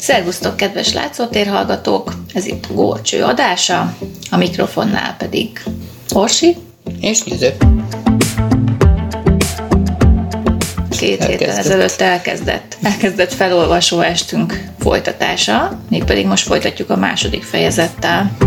Szervusztok, kedves látszótérhallgatók! Ez itt a Górcső adása, a mikrofonnál pedig Orsi és Nyüző. 2 héttel ezelőtt elkezdett felolvasó estünk folytatása, mégpedig most folytatjuk a második fejezettel.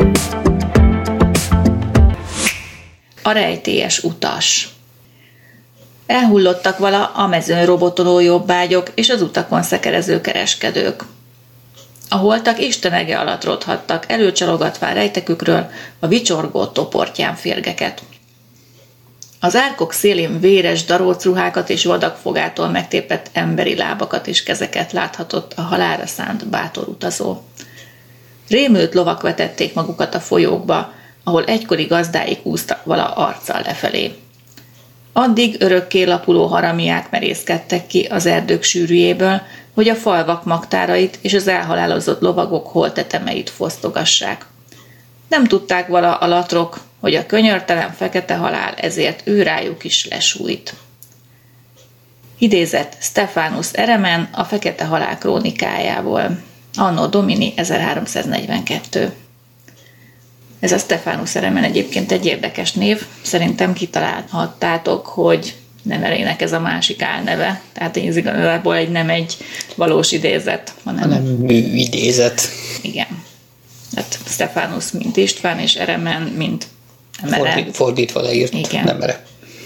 A rejtélyes utas. Elhullottak vala a mezőn robotoló jobbágyok és az utakon szekerező kereskedők. A holtak istenege alatt rothattak, előcsalogatván rejtekükről a vicsorgó toportján férgeket. Az árkok szélén véres darócruhákat és vadakfogától megtépett emberi lábakat és kezeket láthatott a halálra szánt bátor utazó. Rémült lovak vetették magukat a folyókba, ahol egykori gazdáik úsztak vala arccal lefelé. Addig örökké lapuló haramiák merészkedtek ki az erdők sűrűjéből, hogy a falvak magtárait és az elhalálozott lovagok holtetemeit fosztogassák. Nem tudták vala a latrok, hogy a könyörtelen fekete halál ezért őrájuk is lesújt. Idézett Stephanus Eremen a Fekete Halál krónikájából. Anno Domini 1342. Ez a Stephanus Eremen egyébként egy érdekes név. Szerintem kitalálhattátok, hogy nem elének ez a másik álneve. Tehát ez igazából nem egy valós idézet, hanem műidézet. Igen. Tehát Stephanus, mint István, és Eremen, mint Emere. Fordítva leírt, igen. Emere.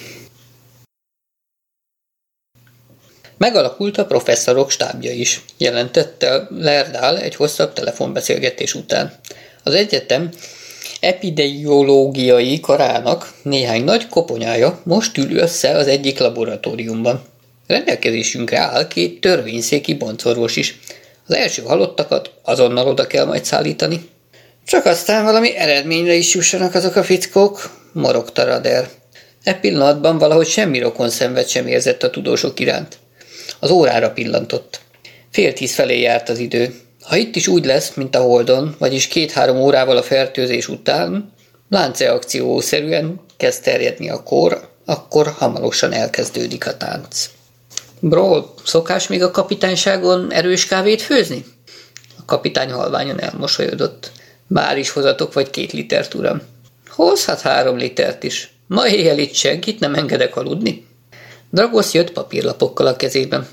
Megalakult a professzorok stábja is, jelentette Lerdál egy hosszabb telefonbeszélgetés után. Az egyetem epidemiológiai karának néhány nagy koponyája most ül össze az egyik laboratóriumban. Rendelkezésünkre áll 2 törvényszéki boncorvos is. Az első halottakat azonnal oda kell majd szállítani. Csak aztán valami eredményre is jussanak azok a fickók, morogta Rader. E pillanatban valahogy semmi rokonszenvet sem érzett a tudósok iránt. Az órára pillantott. 9:30 felé járt az idő. Ha itt is úgy lesz, mint a Holdon, vagyis 2-3 órával a fertőzés után, lánceakciószerűen kezd terjedni a kór, akkor hamarosan elkezdődik a tánc. Bro, szokás még a kapitányságon erős kávét főzni? A kapitány halványan elmosolyodott. Bár is hozatok vagy 2 litert, uram. Hozhat 3 litert is. Ma éjjel itt senkit nem engedek aludni. Dragos jött papírlapokkal a kezében.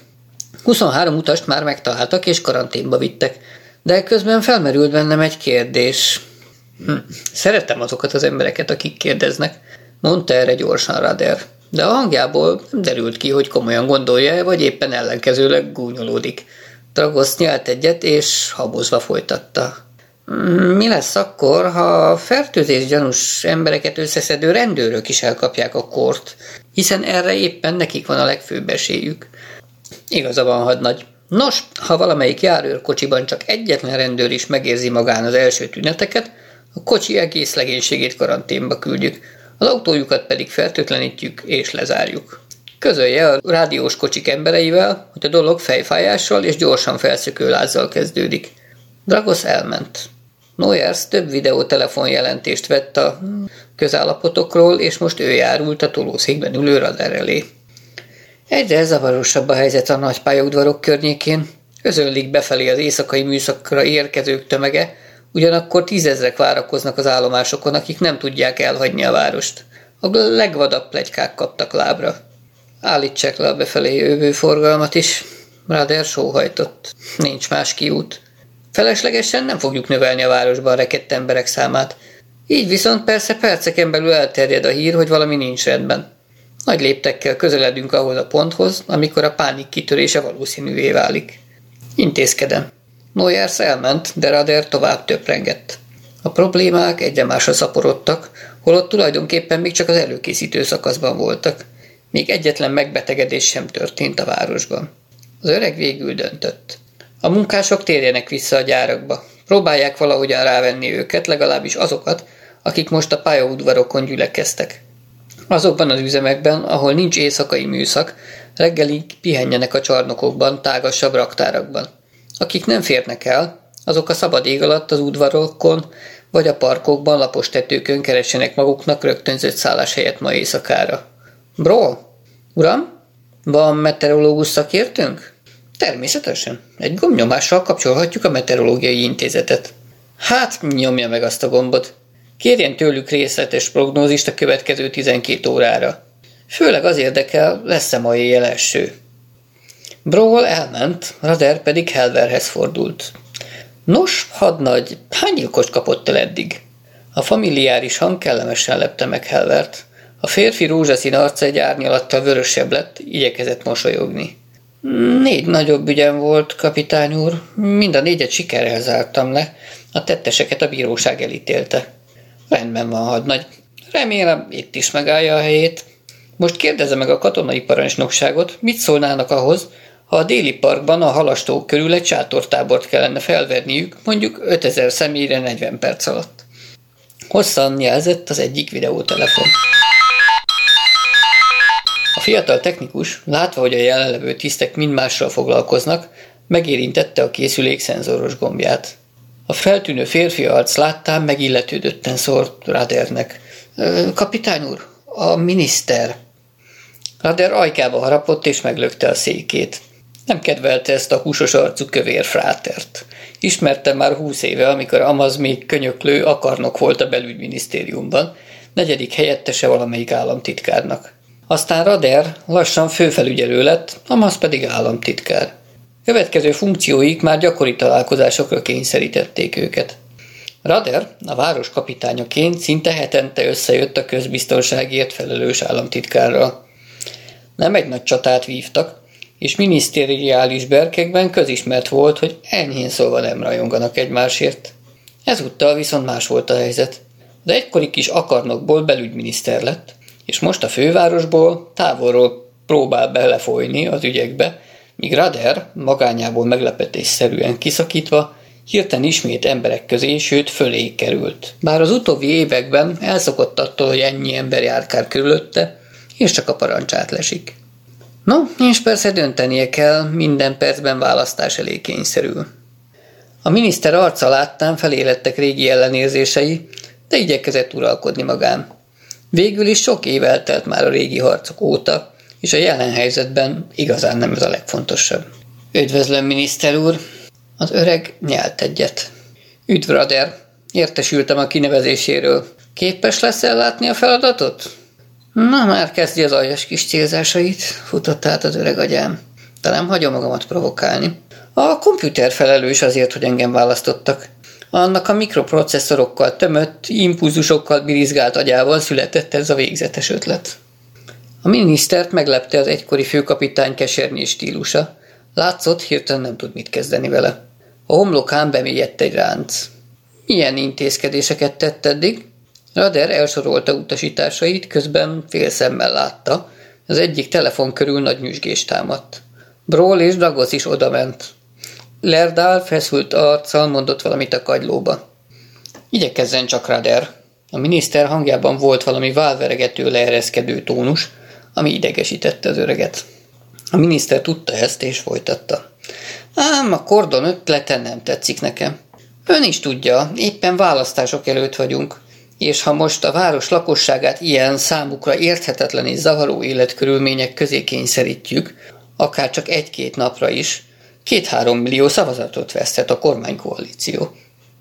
23 utast már megtaláltak és karanténba vittek, de közben felmerült bennem egy kérdés. Szeretem azokat az embereket, akik kérdeznek, mondta erre gyorsan Rader, de a hangjából nem derült ki, hogy komolyan gondolja-e, vagy éppen ellenkezőleg gúnyolódik. Dragos nyelt egyet, és habozva folytatta. Mi lesz akkor, ha a fertőzés gyanús embereket összeszedő rendőrök is elkapják a kort, hiszen erre éppen nekik van a legfőbb esélyük. Igaza van, hadnagy. Nos, ha valamelyik járőrkocsiban csak egyetlen rendőr is megérzi magán az első tüneteket, a kocsi egész legénységét karanténba küldjük, az autójukat pedig fertőtlenítjük és lezárjuk. Közölje a rádiós kocsik embereivel, hogy a dolog fejfájással és gyorsan felszökő lázzal kezdődik. Dragos elment. Noyers több videótelefon jelentést vett a közállapotokról, és most ő járult a tolószékben ülő Rader elé. Egyre zavarosabb a helyzet a nagy pályaudvarok környékén. Özönlik befelé az éjszakai műszakra érkezők tömege, ugyanakkor 10 000-ek várakoznak az állomásokon, akik nem tudják elhagyni a várost. A legvadabb pletykák kaptak lábra. Állítsák le a befelé jövő forgalmat is. Rader sóhajtott. Nincs más kiút. Feleslegesen nem fogjuk növelni a városban rekedt emberek számát. Így viszont persze perceken belül elterjed a hír, hogy valami nincs rendben. Nagy léptekkel közeledünk ahhoz a ponthoz, amikor a pánik kitörése valószínűvé válik. Intézkedem. Noyers elment, de Rader tovább töprengett. A problémák egyre másra szaporodtak, holott tulajdonképpen még csak az előkészítő szakaszban voltak. Még egyetlen megbetegedés sem történt a városban. Az öreg végül döntött. A munkások térjenek vissza a gyárakba. Próbálják valahogyan rávenni őket, legalábbis azokat, akik most a pályaudvarokon gyülekeztek. Azokban az üzemekben, ahol nincs éjszakai műszak, reggelig pihenjenek a csarnokokban, tágasabb raktárakban. Akik nem férnek el, azok a szabad ég alatt az udvarokon vagy a parkokban lapos tetőkön keressenek maguknak rögtönzött szálláshelyet ma éjszakára. Bro, uram, van meteorológus szakértőnk? Természetesen. Egy gombnyomással kapcsolhatjuk a meteorológiai intézetet. Hát, nyomja meg azt a gombot. Kérjen tőlük részletes prognózist a következő 12 órára. Főleg az érdekel, lesz-e ma éjjel eső. Brawl elment, Rader pedig Helverhez fordult. Nos, hadnagy, hány gyilkost kapott el eddig? A familiáris hang kellemesen lepte meg Helvert. A férfi rózsaszín arca egy árnyalattal vörösebb lett, igyekezett mosolyogni. 4 nagyobb ügyem volt, kapitány úr. Mind a 4-et sikerrel zártam le. A tetteseket a bíróság elítélte. Rendben van, hadnagy. Remélem, itt is megállja a helyét. Most kérdezze meg a katonai parancsnokságot, mit szólnának ahhoz, ha a déli parkban a halastók körül egy sátortábort kellene felverniük, mondjuk 5000 személyre 40 perc alatt. Hosszan jelzett az egyik videótelefon. A fiatal technikus, látva, hogy a jelenlevő tisztek mind mással foglalkoznak, megérintette a készülék szenzoros gombját. A feltűnő férfi arc láttán megilletődötten szólt Radernek. Kapitány úr, a miniszter. Rader ajkába harapott és meglökte a székét. Nem kedvelte ezt a húsos arcú kövér frátert. Ismerte már 20 éve, amikor Amaz még könyöklő akarnok volt a belügyminisztériumban, 4. helyettese valamelyik államtitkárnak. Aztán Rader lassan főfelügyelő lett, Amaz pedig államtitkár. Következő funkcióik már gyakori találkozásokra kényszerítették őket. Rader a város kapitányaként szinte hetente összejött a közbiztonságért felelős államtitkárral. Nem egy nagy csatát vívtak, és minisztériális berkekben közismert volt, hogy enyhén szólva nem rajonganak egymásért. Ezúttal viszont más volt a helyzet. De egykori kis akarnokból belügyminiszter lett, és most a fővárosból távolról próbál belefolyni az ügyekbe, míg Rader magányából meglepetésszerűen kiszakítva hirtelen ismét emberek közé, sőt fölé került. Bár az utóbbi években elszokott attól, hogy ennyi ember járkál körülötte, és csak a parancsát lesik. No, és persze döntenie kell, minden percben választás elé kényszerül. A miniszter arca láttán felélettek régi ellenérzései, de igyekezett uralkodni magán. Végül is sok év eltelt már a régi harcok óta, és a jelen helyzetben igazán nem ez a legfontosabb. Üdvözlöm, miniszter úr! Az öreg nyelt egyet. Üdv, Rader! Értesültem a kinevezéséről. Képes lesz ellátni a feladatot? Na, már kezdi az aljas kis célzásait, futott át az öreg agyám. De nem hagyom magamat provokálni. A komputer felelős azért, hogy engem választottak. Annak a mikroprocesszorokkal tömött, impulzusokkal birizgált agyával született ez a végzetes ötlet. A minisztert meglepte az egykori főkapitány kesernyés stílusa. Látszott, hirtelen nem tud mit kezdeni vele. A homlokán bemélyedt egy ránc. Milyen intézkedéseket tett eddig? Rader elsorolta utasításait, közben félszemmel látta. Az egyik telefon körül nagy nyüzsgés támadt. Brawl és Dragos is odament. Lerdál feszült arccal mondott valamit a kagylóba. Igyekezzen csak, Rader. A miniszter hangjában volt valami válveregető leereszkedő tónus, ami idegesítette az öreget. A miniszter tudta ezt és folytatta. Ám a kordon ötlete nem tetszik nekem. Ön is tudja, éppen választások előtt vagyunk, és ha most a város lakosságát ilyen számukra érthetetlen és zavaró életkörülmények közé kényszerítjük, akár csak 1-2 napra is, 2-3 millió szavazatot veszthet a kormánykoalíció.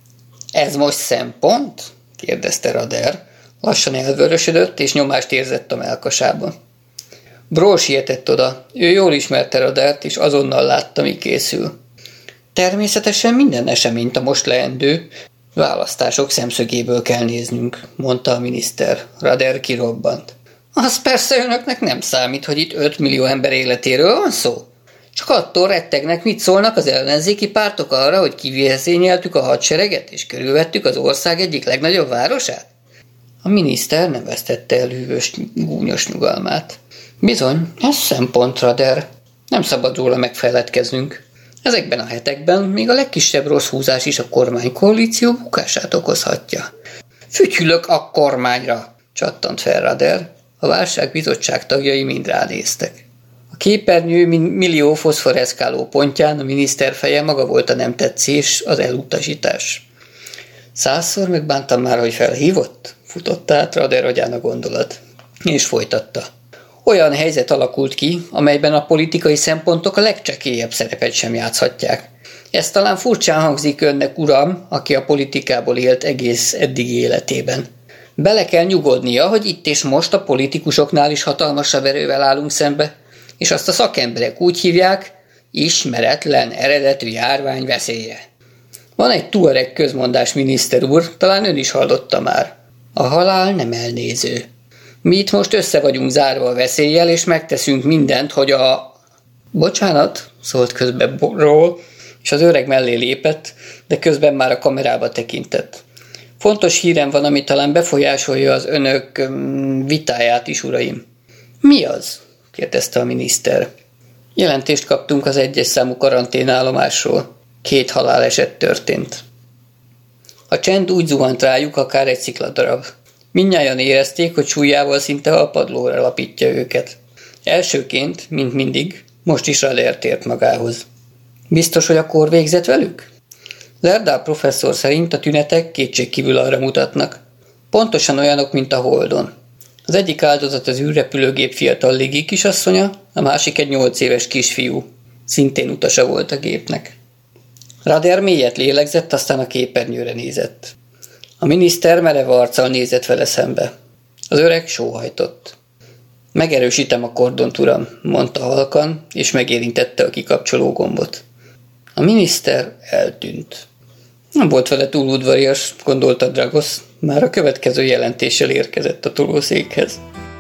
Ez most szempont? kérdezte Rader. Lassan elvörösödött, és nyomást érzett a mellkasában. Brawl sietett oda. Ő jól ismerte Radert, és azonnal látta, mi készül. Természetesen minden eseményt a most leendő választások szemszögéből kell néznünk, mondta a miniszter. Rader kirobbant. Az persze önöknek nem számít, hogy itt 5 millió ember életéről van szó. Csak attól rettegnek, mit szólnak az ellenzéki pártok arra, hogy kivészényeltük a hadsereget, és körülvettük az ország egyik legnagyobb városát? A miniszter nem vesztette el hűvös, gúnyos nyugalmát. Bizony, ez szempont, Rader. Nem szabad róla megfeledkeznünk. Ezekben a hetekben még a legkisebb rossz húzás is a kormánykoalíció bukását okozhatja. Fütyülök a kormányra, csattant fel Rader. A válságbizottság tagjai mind ránéztek. A képernyő millió foszforeszkáló pontján a miniszter feje maga volt a nem tetszés, az elutasítás. 100-szor megbántam már, hogy felhívott? Futott át Rader agyán a gondolat. És folytatta. Olyan helyzet alakult ki, amelyben a politikai szempontok a legcsekélyebb szerepet sem játszhatják. Ez talán furcsán hangzik önnek, uram, aki a politikából élt egész eddigi életében. Bele kell nyugodnia, hogy itt és most a politikusoknál is hatalmasabb erővel állunk szembe, és azt a szakemberek úgy hívják, ismeretlen eredetű járvány veszélye. Van egy tuareg közmondás, miniszter úr, talán ön is hallotta már. A halál nem elnéző. Mi itt most össze vagyunk zárva a veszéllyel, és megteszünk mindent, hogy a... Bocsánat, szólt közben Brawl, és az öreg mellé lépett, de közben már a kamerába tekintett. Fontos hírem van, ami talán befolyásolja az önök vitáját is, uraim. Mi az? Kérdezte a miniszter. Jelentést kaptunk az 1-es számú karanténállomásról. 2 haláleset történt. A csend úgy zuhant rájuk, akár egy szikladarab. Mindnyájan érezték, hogy súlyával szinte a padlóra lapítja őket. Elsőként, mint mindig, most is Rader tért magához. Biztos, hogy akkor végzett velük? Lerdal professzor szerint a tünetek kétségkívül arra mutatnak. Pontosan olyanok, mint a Holdon. Az egyik áldozat az űrrepülőgép fiatal légi kisasszonya, a másik egy 8 éves kisfiú. Szintén utasa volt a gépnek. Rader mélyet lélegzett, aztán a képernyőre nézett. A miniszter merev arccal nézett vele szembe. Az öreg sóhajtott. Megerősítem a kordont, uram, mondta halkan, és megérintette a kikapcsoló gombot. A miniszter eltűnt. Nem volt vele túl udvarias, gondolta Dragos, már a következő jelentéssel érkezett a tolószékhez.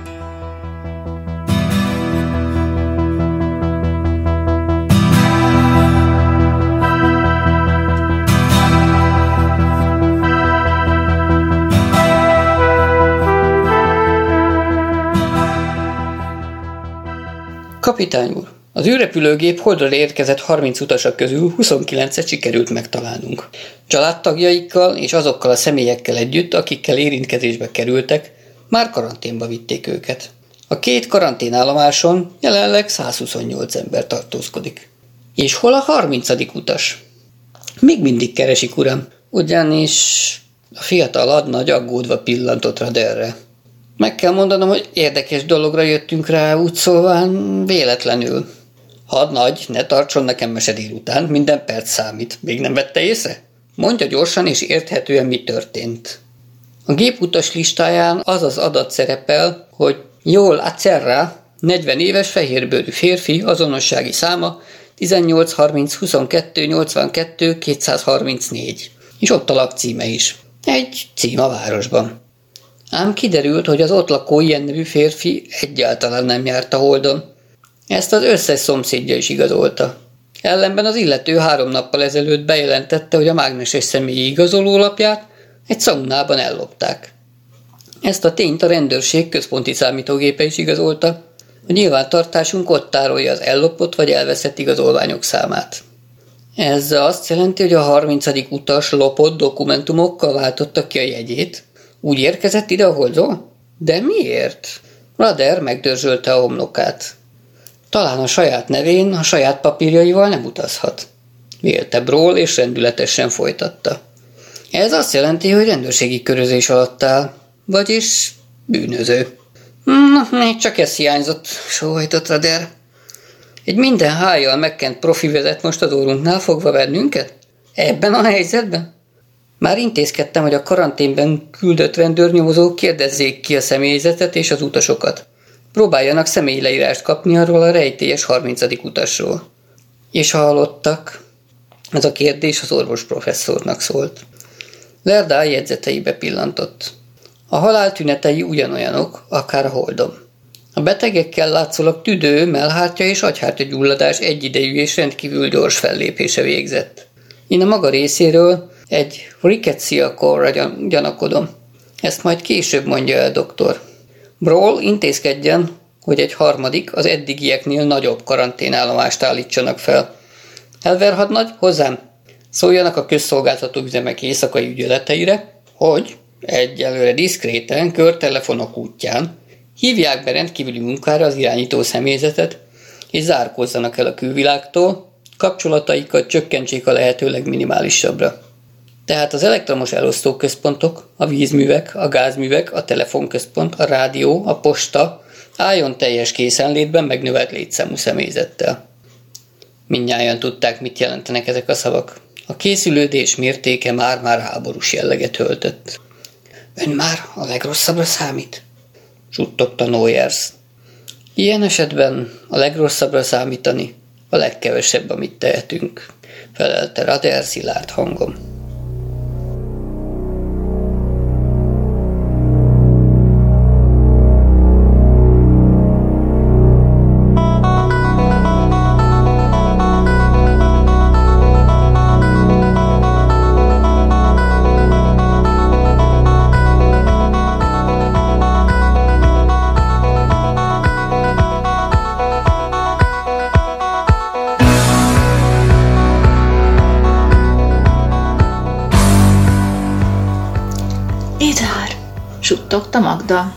Kapitány úr, az űrrepülőgép Holdra érkezett 30 utasak közül 29-et sikerült megtalálnunk. Családtagjaikkal és azokkal a személyekkel együtt, akikkel érintkezésbe kerültek, már karanténba vitték őket. A 2 karanténállomáson jelenleg 128 ember tartózkodik. És hol a 30. utas? Még mindig keresik, uram, ugyanis a fiatal hadnagy aggódva pillantott Raderre. Meg kell mondanom, hogy érdekes dologra jöttünk rá, úgy szólván véletlenül. Hadnagy, ne tartson nekem mese délután, minden perc számít. Még nem vette észre? Mondja gyorsan és érthetően, mi történt. A géputas listáján az az adat szerepel, hogy Joel Acerra, 40 éves fehérbőrű férfi, azonossági száma 18 30 22 82 234. És ott a lakcíme is. Egy cím a városban. Ám kiderült, hogy az ott lakó ilyen nevű férfi egyáltalán nem járt a Holdon. Ezt az összes szomszédja is igazolta. Ellenben az illető 3 nappal ezelőtt bejelentette, hogy a mágneses személyi igazolólapját egy szaunában ellopták. Ezt a tényt a rendőrség központi számítógépe is igazolta. A nyilvántartásunk ott tárolja az ellopott vagy elveszett igazolványok számát. Ez azt jelenti, hogy a 30. utas lopott dokumentumokkal váltotta ki a jegyét. Úgy érkezett ide a Holdról? De miért? Rader megdörzsölte a homlokát. Talán a saját nevén, a saját papírjaival nem utazhat. Vélte Brawl, és rendületesen folytatta. Ez azt jelenti, hogy rendőrségi körözés alatt áll, vagyis bűnöző. Még csak ez hiányzott, sóhajtott Rader. Egy minden hájjal megkent profi vezet most az órunknál fogva bennünket? Ebben a helyzetben? Már intézkedtem, hogy a karanténben küldött rendőrnyomozók kérdezzék ki a személyzetet és az utasokat. Próbáljanak személyleírást kapni arról a rejtélyes 30. utasról. És ha hallottak? Ez a kérdés az orvos professzornak szólt. Lerdal jegyzeteibe pillantott. A halál tünetei ugyanolyanok, akár a Holdon. A betegekkel látszólag tüdő, mellhártya és agyhártya gyulladás egyidejű és rendkívül gyors fellépése végzett. Én a maga részéről egy rickettsia-korra gyanakodom. Ezt majd később mondja el, doktor. Brawl, intézkedjen, hogy egy harmadik, az eddigieknél nagyobb karanténállomást állítsanak fel. Helver hadnagy, hozzám! Szóljanak a közszolgáltató üzemek éjszakai ügyeleteire, hogy egyelőre diszkréten, körtelefonok útján hívják be rendkívüli munkára az irányító személyzetet, és zárkózzanak el a külvilágtól, kapcsolataikat csökkentsék a lehető legminimálisabbra. Tehát az elektromos elosztóközpontok, a vízművek, a gázművek, a telefonközpont, a rádió, a posta, Álljon teljes készenlétben megnövelt létszámú személyzettel. Mindnyájan tudták, mit jelentenek ezek a szavak. A készülődés mértéke már-már háborús jelleget öltött. Ön már a legrosszabbra számít? Suttogta Noyers. Ilyen esetben a legrosszabbra számítani a legkevesebb, amit tehetünk, felelte Rader szilárd hangon. Idár! Suttogta Magda.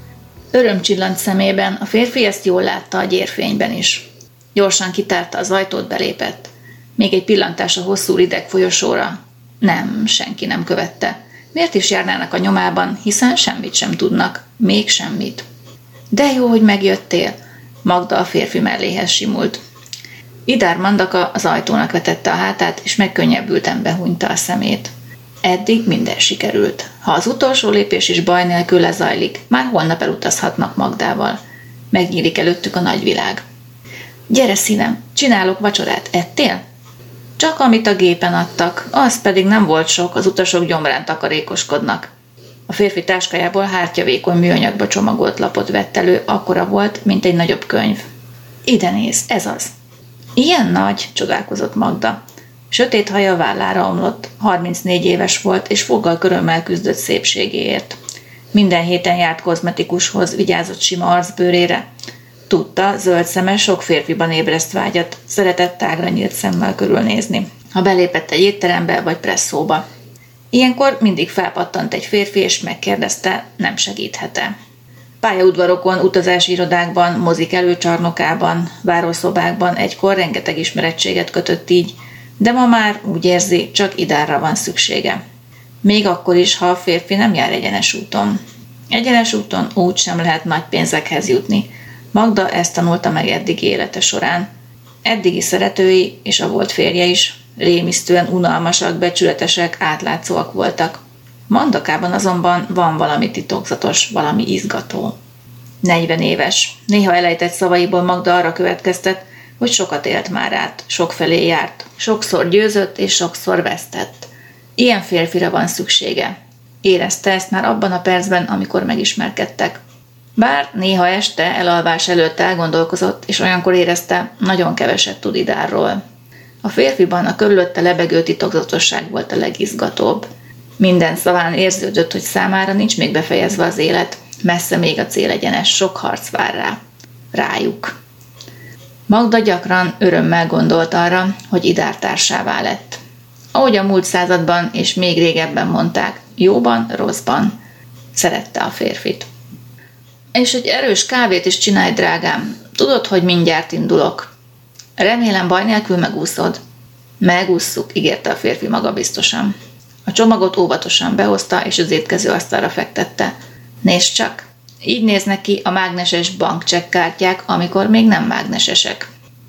Öröm csillant szemében, a férfi ezt jól látta a gyérfényben is. Gyorsan kitárta az ajtót, belépett. Még egy pillantás a hosszú rideg folyosóra. Nem, senki nem követte. Miért is járnának a nyomában, hiszen semmit sem tudnak. Még semmit. De jó, hogy megjöttél. Magda a férfi melléhez simult. Idár Mandaka az ajtónak vetette a hátát, és megkönnyebbülten behunyta a szemét. Eddig minden sikerült. Ha az utolsó lépés is baj nélkül lezajlik, már holnap elutazhatnak Magdával. Megnyílik előttük a nagyvilág. Gyere szívem, csinálok vacsorát, ettél? Csak amit a gépen adtak, az pedig nem volt sok, az utasok gyomrán takarékoskodnak. A férfi táskájából hártyavékony műanyagba csomagolt lapot vett elő, akkora volt, mint egy nagyobb könyv. Ide néz, ez az. Ilyen nagy, csodálkozott Magda. Sötét haja vállára omlott, 34 éves volt, és foggal körömmel küzdött szépségéért. Minden héten járt kozmetikushoz, vigyázott sima arcbőrére. Tudta, zöld szeme sok férfiban ébreszt vágyat, szeretett tágra nyílt szemmel körülnézni, ha belépett egy étterembe vagy presszóba. Ilyenkor mindig felpattant egy férfi, és megkérdezte, nem segíthet-e. Pályaudvarokon, utazási irodákban, mozik előcsarnokában, várószobákban egykor rengeteg ismerettséget kötött így, de ma már úgy érzi, csak Idárra van szüksége. Még akkor is, ha a férfi nem jár egyenes úton. Egyenes úton úgy sem lehet nagy pénzekhez jutni. Magda ezt tanulta meg eddigi élete során. Eddigi szeretői és a volt férje is rémisztően unalmasak, becsületesek, átlátszóak voltak. Mandakában azonban van valami titokzatos, valami izgató. 40 éves. Néha elejtett szavaiból Magda arra következtet, hogy sokat élt már át, sokfelé járt, sokszor győzött és sokszor vesztett. Ilyen férfira van szüksége. Érezte ezt már abban a percben, amikor megismerkedtek. Bár néha este elalvás előtt elgondolkozott, és olyankor érezte, nagyon keveset tud Idárról. A férfiban a körülötte lebegő titokzatosság volt a legizgatóbb. Minden szaván érződött, hogy számára nincs még befejezve az élet, messze még a célegyenes, sok harc vár rájuk. Magda gyakran örömmel gondolt arra, hogy Idár társává lett. Ahogy a múlt században és még régebben mondták, jóban, rosszban. Szerette a férfit. És egy erős kávét is csinálj, drágám. Tudod, hogy mindjárt indulok. Remélem baj nélkül megúszod. Megússzuk, ígérte a férfi magabiztosan. A csomagot óvatosan behozta, és az étkezőasztalra fektette. Nézd csak! Így néznek ki a mágneses bankcsekkkártyák, amikor még nem mágnesesek.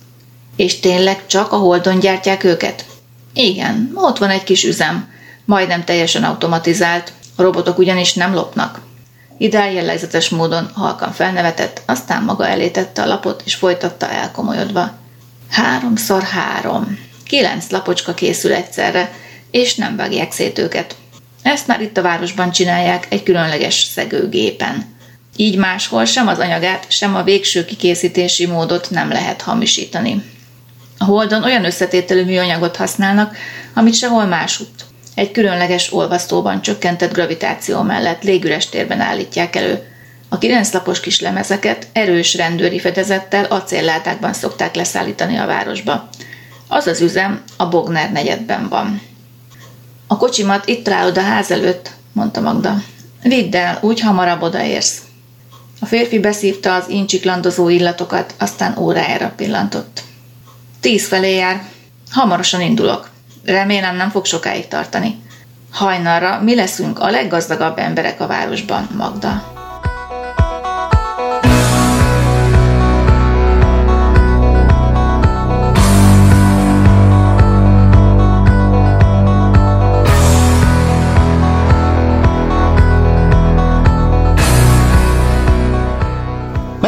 És tényleg csak a Holdon gyártják őket? Igen, ott van egy kis üzem. Majdnem teljesen automatizált, a robotok ugyanis nem lopnak. Idár jellegzetes módon halkan felnevetett, aztán maga elé tette a lapot, és folytatta elkomolyodva. 3x3. 9 lapocska készül egyszerre, és nem vágják szét őket. Ezt már itt a városban csinálják egy különleges szegőgépen. Így máshol sem az anyagát, sem a végső kikészítési módot nem lehet hamisítani. A Holdon olyan összetételű műanyagot használnak, amit sehol másutt. Egy különleges olvasztóban csökkentett gravitáció mellett légüres térben állítják elő. A 9 lapos kis lemezeket erős rendőri fedezettel acélládákban szokták leszállítani a városba. Az az üzem a Bogner negyedben van. A kocsimat itt találod a ház előtt, mondta Magda. Vidd el, úgy hamarabb odaérsz. A férfi beszívta az incsiklandozó illatokat, aztán órájára pillantott. 10 felé jár. Hamarosan indulok. Remélem nem fog sokáig tartani. Hajnalra mi leszünk a leggazdagabb emberek a városban, Magda.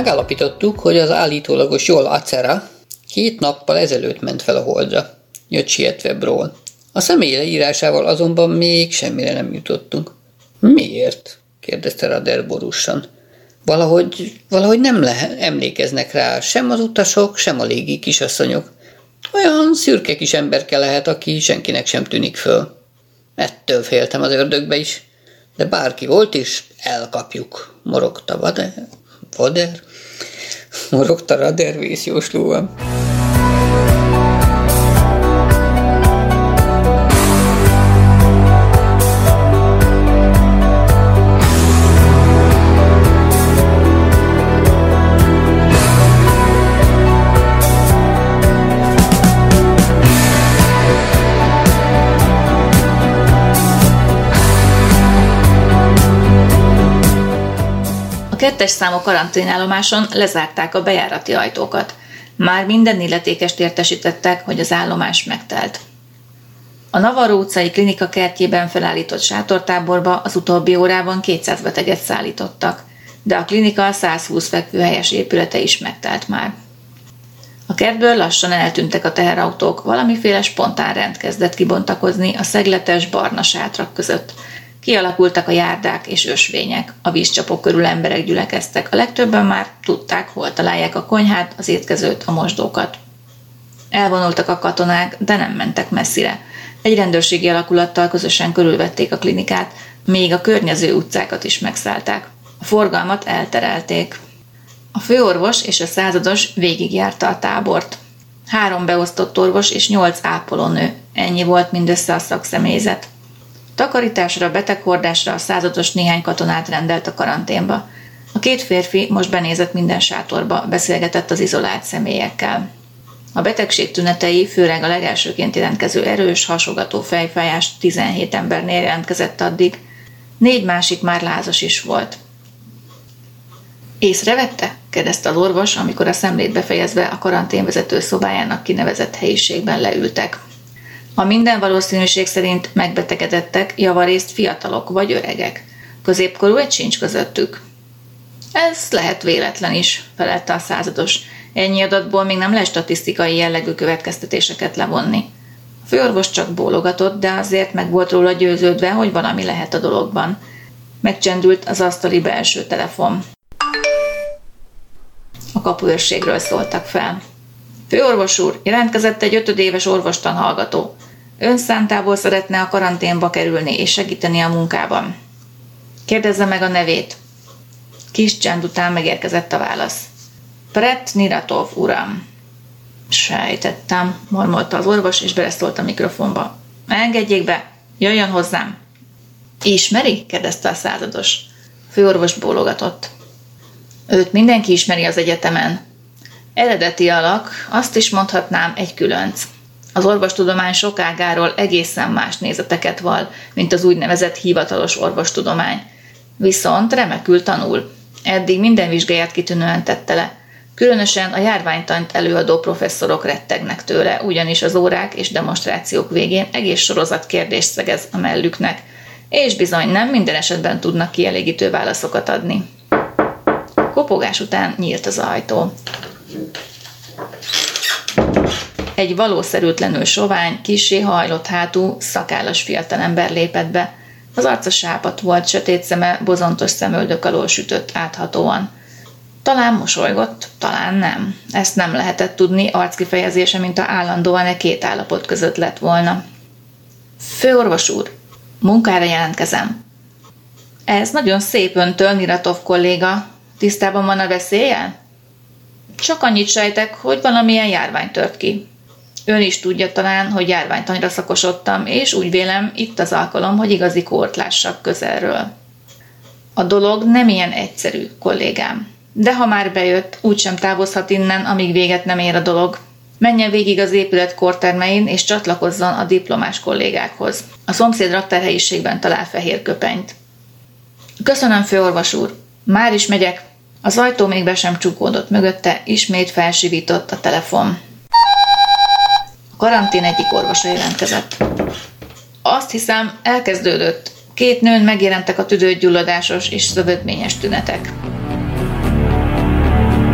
Megállapítottuk, hogy az állítólagos Joel Acera 2 nappal ezelőtt ment fel a Holdra. Jött sietve Braun. A személy leírásával azonban még semmire nem jutottunk. Miért? kérdezte Rader borúsan. Valahogy nem emlékeznek rá sem az utasok, sem a légi kisasszonyok. Olyan szürke kis emberke lehet, aki senkinek sem tűnik föl. Ettől féltem az ördögbe is. De bárki volt is, elkapjuk, morogta Vader? Morogta Rader vészjóslóan. A 2-es számú karanténállomáson lezárták a bejárati ajtókat. Már minden illetékest értesítettek, hogy az állomás megtelt. A Navarro utcai klinika kertjében felállított sátortáborba az utóbbi órában 200 beteget szállítottak, de a klinika 120 fekvőhelyes épülete is megtelt már. A kertből lassan eltűntek a teherautók, valamiféle spontán rend kezdett kibontakozni a szegletes barna sátrak között. Kialakultak a járdák és ösvények, a vízcsapok körül emberek gyülekeztek, a legtöbben már tudták, hol találják a konyhát, az étkezőt, a mosdókat. Elvonultak a katonák, de nem mentek messzire. Egy rendőrségi alakulattal közösen körülvették a klinikát, még a környező utcákat is megszállták. A forgalmat elterelték. A főorvos és a százados végigjárta a tábort. 3 beosztott orvos és 8 ápolónő, ennyi volt mindössze a szakszemélyzet. Takarításra, beteghordásra a százados néhány katonát rendelt a karanténba. A 2 férfi most benézett minden sátorba, beszélgetett az izolált személyekkel. A betegség tünetei, főleg a legelsőként jelentkező erős, hasogató fejfájás 17 embernél jelentkezett addig. 4 másik már lázas is volt. Észrevette? kérdezte az orvos, amikor a szemlét befejezve a karanténvezető szobájának kinevezett helyiségben leültek. A minden valószínűség szerint megbetegedettek, javarészt fiatalok vagy öregek. Középkorú egy sincs közöttük. Ez lehet véletlen is, felelte a százados. Ennyi adatból még nem lehet statisztikai jellegű következtetéseket levonni. A főorvos csak bólogatott, de azért meg volt róla győződve, hogy valami lehet a dologban. Megcsendült az asztali belső telefon. A kapuőrségről szóltak fel. Főorvos úr, jelentkezett egy 5 éves orvostanhallgató. Ön szántából szeretne a karanténba kerülni és segíteni a munkában. Kérdezze meg a nevét. Kis csend után megérkezett a válasz. Brett Niratov, uram. Sejtettem, mormolta az orvos, és beleszólt a mikrofonba. Engedjék be, jöjjön hozzám. Ismeri? kérdezte a százados. A főorvos bólogatott. Őt mindenki ismeri az egyetemen. Eredeti alak, azt is mondhatnám, egy különc. Az orvostudomány sok ágáról egészen más nézeteket vall, mint az úgynevezett hivatalos orvostudomány. Viszont remekül tanul. Eddig minden vizsgáját kitűnően tette le. Különösen a járványtant előadó professzorok rettegnek tőle, ugyanis az órák és demonstrációk végén egész sorozat kérdést szegez a mellüknek, és bizony nem minden esetben tudnak kielégítő válaszokat adni. Kopogás után nyílt az ajtó. Egy valószerűtlenül sovány, kissé hajlott hátú, szakállas fiatalember lépett be. Az arca sápadt volt, sötét szeme bozontos szemöldök alól sütött áthatóan. Talán mosolygott, talán nem. Ezt nem lehetett tudni, arckifejezése, mint ha állandóan e 2 állapot között lett volna. Főorvos úr, munkára jelentkezem. Ez nagyon szép öntől, Niratov kolléga. Tisztában van a veszéllyel? Csak annyit sejtek, hogy valamilyen járvány tört ki. Ön is tudja talán, hogy járványtanyra szakosodtam, és úgy vélem, itt az alkalom, hogy igazi kórt lássak közelről. A dolog nem ilyen egyszerű, kollégám. De ha már bejött, úgysem távozhat innen, amíg véget nem ér a dolog. Menjen végig az épület kórtermein, és csatlakozzon a diplomás kollégákhoz. A szomszéd raktárhelyiségben talál fehér köpenyt. Köszönöm, főorvos úr. Már is megyek. Az ajtó még be sem csukódott mögötte, ismét felsivított a telefon. A karantén egyik orvosa jelentkezett. Azt hiszem, elkezdődött. 2 nőn megjelentek a tüdőgyulladásos és szövődményes tünetek.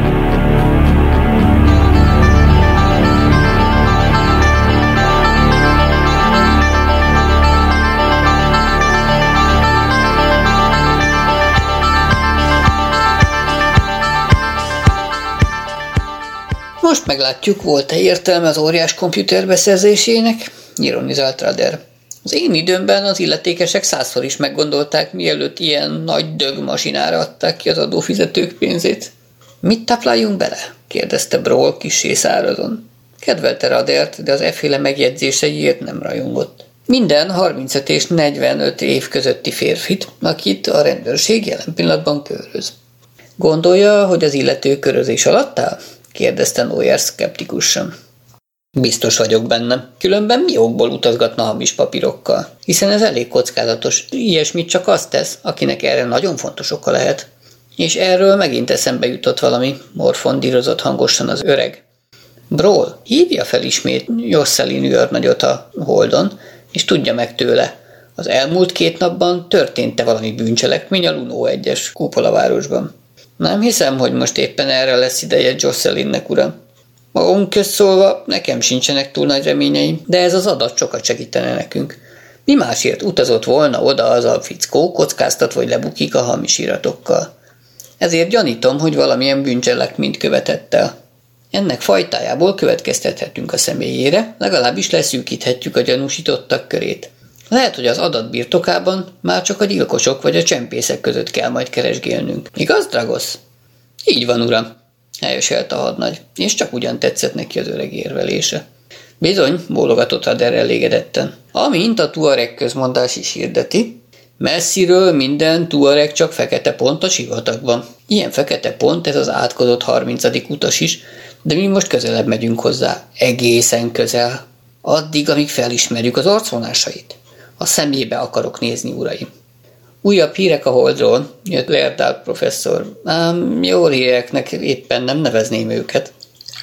Most meglátjuk, volt-e értelme az óriás komputer beszerzésének, ironizált Rader. Az én időmben az illetékesek 100-szor is meggondolták, mielőtt ilyen nagy dögmasinára adták ki az adófizetők pénzét. Mit tápláljunk bele? Kérdezte Brawl kissé szárazon. Kedvelte Radert, de az efféle megjegyzéseiért nem rajongott. Minden 35 és 45 év közötti férfit, akit a rendőrség jelen pillanatban köröz. Gondolja, hogy az illető körözés alatt áll? Kérdezte Noyer szkeptikusan. Biztos vagyok benne. Különben mi okból utazgatna hamis papírokkal? Hiszen ez elég kockázatos. Ilyesmit csak azt tesz, akinek erre nagyon fontos oka lehet. És erről megint eszembe jutott valami, morfondírozott hangosan az öreg. Brawl, hívja fel ismét Jocelyn őrnagyot a Holdon, és tudja meg tőle. Az elmúlt 2 napban történt-e valami bűncselekmény a Luno 1-es kupolavárosban? Nem hiszem, hogy most éppen erre lesz ideje Jocelynnek, uram. Magunk közt szólva, nekem sincsenek túl nagy reményeim, de ez az adat sokat segítene nekünk. Mi másért utazott volna oda az a fickó, kockáztatva, hogy lebukik a hamis iratokkal? Ezért gyanítom, hogy valamilyen bűncselekményt követett el. Ennek fajtájából következtethetünk a személyére, legalábbis leszűkíthetjük a gyanúsítottak körét. Lehet, hogy az adat birtokában már csak a gyilkosok vagy a csempészek között kell majd keresgélnünk. Igaz, Dragos? Így van, uram, helyeselt a hadnagy, és csak ugyan tetszett neki az öreg érvelése. Bizony, bólogatott Rader elégedetten. Amint a Tuareg közmondás is hirdeti, messziről minden Tuareg csak fekete pont a sivatagban. Ilyen fekete pont ez az átkozott 30. utas is, de mi most közelebb megyünk hozzá, egészen közel. Addig, amíg felismerjük az arcvonásait. A szemébe akarok nézni, uraim. Újabb hírek a Holdról, jött Lerdál professzor, ám jól híreknek éppen nem nevezném őket.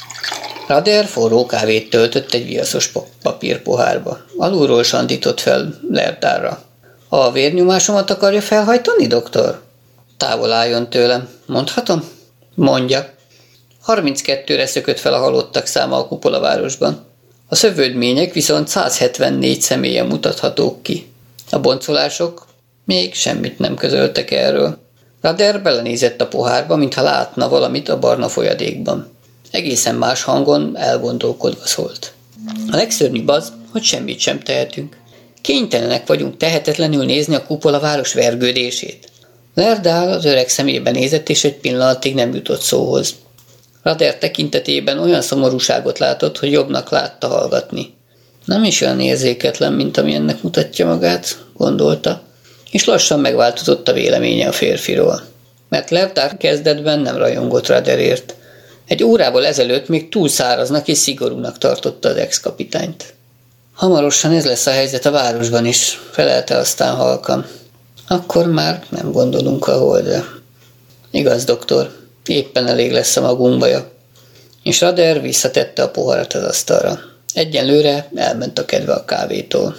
Rader forró kávét töltött egy viaszos papírpohárba. Alulról sandított fel Lerdálra. A vérnyomásomat akarja felhajtani, doktor? Távol álljon tőlem. Mondhatom? Mondja. 32-re szökött fel a halottak száma a kupolavárosban. A szövődmények viszont 174 személyen mutathatók ki. A boncolások még semmit nem közöltek erről. Rader belenézett a pohárba, mintha látna valamit a barna folyadékban. Egészen más hangon elgondolkodva szólt. A legszörnyűbb az, hogy semmit sem tehetünk. Kénytelenek vagyunk tehetetlenül nézni a kupolaváros vergődését. Lerdál az öreg szemébe nézett, és egy pillanatig nem jutott szóhoz. Rader tekintetében olyan szomorúságot látott, hogy jobbnak látta hallgatni. Nem is olyan érzéketlen, mint amilyennek mutatja magát, gondolta, és lassan megváltozott a véleménye a férfiról. Mert Lerdál kezdetben nem rajongott Raderért. Egy órával ezelőtt még túl száraznak és szigorúnak tartotta az ex-kapitányt. Hamarosan ez lesz a helyzet a városban is, felelte aztán halkan. Akkor már nem gondolunk a Holdra. Igaz, doktor, éppen elég lesz a magunk baja. És Rader visszatette a poharat az asztalra. Egyenlőre elment a kedve a kávétól.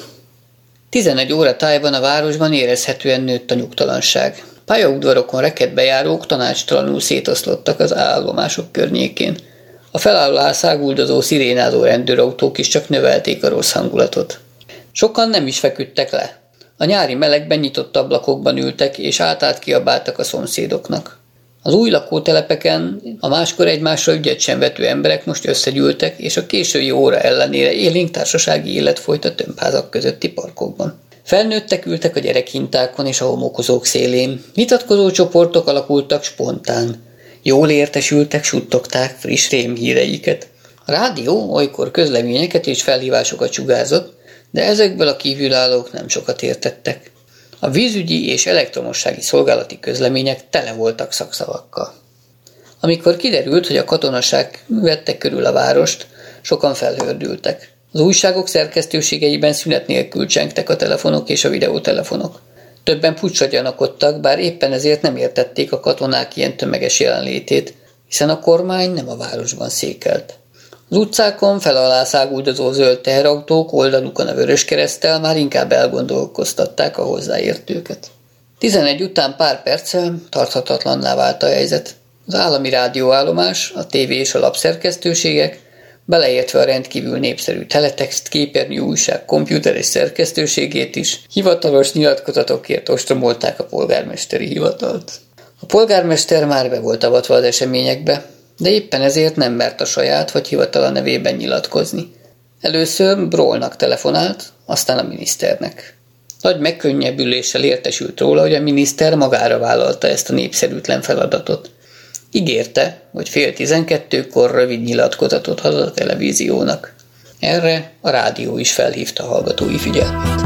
11 óra tájban a városban érezhetően nőtt a nyugtalanság. Pályaudvarokon rekedbejárók tanácstalanul szétoszlottak az állomások környékén. A felálló száguldozó, szirénázó rendőrautók is csak növelték a rossz hangulatot. Sokan nem is feküdtek le. A nyári melegben nyitott ablakokban ültek, és át kiabáltak a szomszédoknak. Az új lakótelepeken a máskor egymásra ügyet sem vető emberek most összegyűltek, és a késői óra ellenére élénk társasági élet folyt a tömbházak közötti parkokban. Felnőttek ültek a gyerekhintákon és a homokozók szélén. Vitatkozó csoportok alakultak spontán. Jól értesültek, suttogták friss rémhíreiket. A rádió olykor közleményeket és felhívásokat sugárzott, de ezekből a kívülállók nem sokat értettek. A vízügyi és elektromossági szolgálati közlemények tele voltak szakszavakkal. Amikor kiderült, hogy a katonaság vette körül a várost, sokan felhördültek. Az újságok szerkesztőségeiben szünet nélkül csengtek a telefonok és a videótelefonok. Többen puccsra gyanakodtak, bár éppen ezért nem értették a katonák ilyen tömeges jelenlétét, hiszen a kormány nem a városban székelt. Az utcákon fel-alá száguldozó zöld teherautók oldalukon a Vöröskereszttel már inkább elgondolkoztatták a hozzáértőket. 11 után pár perccel tarthatatlanná vált a helyzet. Az állami rádióállomás, a tévé és a lapszerkesztőségek, beleértve a rendkívül népszerű teletext, képernyő újság, komputeres szerkesztőségét is, hivatalos nyilatkozatokért ostromolták a polgármesteri hivatalt. A polgármester már be volt avatva az eseményekbe, de éppen ezért nem mert a saját vagy hivatala nevében nyilatkozni. Először Brollnak telefonált, aztán a miniszternek. Nagy megkönnyebbüléssel értesült róla, hogy a miniszter magára vállalta ezt a népszerűtlen feladatot. Ígérte, hogy 11:30 rövid nyilatkozatot ad a televíziónak. Erre a rádió is felhívta hallgatói figyelmét.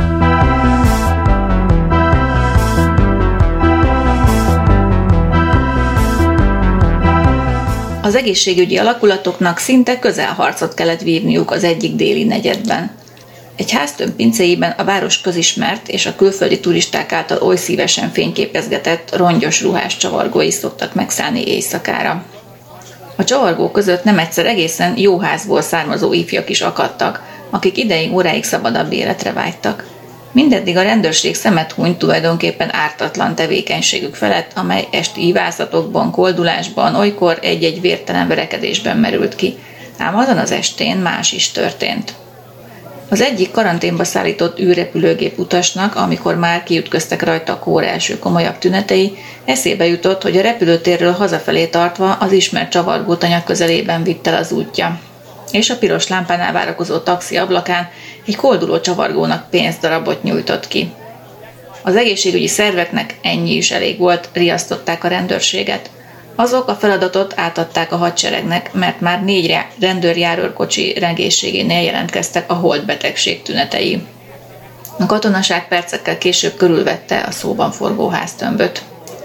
Az egészségügyi alakulatoknak szinte közelharcot kellett vívniuk az egyik déli negyedben. Egy háztömb pincéjében a város közismert és a külföldi turisták által oly szívesen fényképezgetett, rongyos ruhás csavargói szoktak megszállni éjszakára. A csavargók között nem egyszer egészen jó házból származó ifjak is akadtak, akik ideig óráig szabadabb életre vágytak. Mindeddig a rendőrség szemet hunyt tulajdonképpen ártatlan tevékenységük felett, amely esti ivászatokban, koldulásban, olykor egy-egy vértelen verekedésben merült ki. Ám azon az estén más is történt. Az egyik karanténba szállított űrrepülőgép utasnak, amikor már kiütköztek rajta a kór első komolyabb tünetei, eszébe jutott, hogy a repülőtérről hazafelé tartva az ismert csavargótanya közelében vitt el az útja. És a piros lámpánál várakozó taxi ablakán egy kolduló csavargónak pénzdarabot nyújtott ki. Az egészségügyi szerveknek ennyi is elég volt, riasztották a rendőrséget. Azok a feladatot átadták a hadseregnek, mert már 4 rendőrjárőrkocsi egészségénél jelentkeztek a holdbetegség tünetei. A katonaság percekkel később körülvette a szóban forgó háztömböt.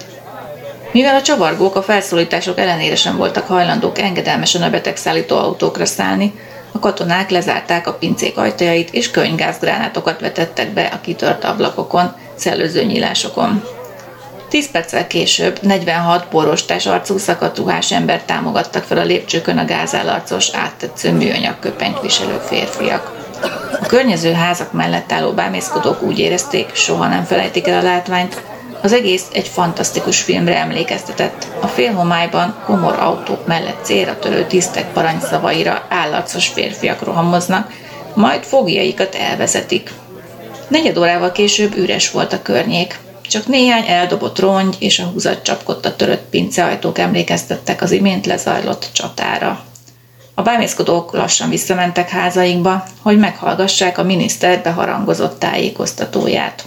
Mivel a csavargók a felszólítások ellenére sem voltak hajlandók engedelmesen a betegszállító autókra szállni, a katonák lezárták a pincék ajtajait és könygázgránátokat vetettek be a kitört ablakokon, szellőző nyílásokon. 10 perccel később 46 borostás arcú szakadt ruhás embert támogattak fel a lépcsőkön a gázállarcos, áttetsző műanyag köpenyt viselő férfiak. A környező házak mellett álló bámészkodók úgy érezték, soha nem felejtik el a látványt. Az egész egy fantasztikus filmre emlékeztetett. A félhomályban komor autók mellett célra törő tisztek parancsszavaira állarcos férfiak rohamoznak, majd foglyaikat elvezetik. 4 órával később üres volt a környék. Csak néhány eldobott rongy és a húzat csapkott a törött pinceajtók emlékeztettek az imént lezajlott csatára. A bámészkodók lassan visszamentek házaikba, hogy meghallgassák a miniszter beharangozott tájékoztatóját.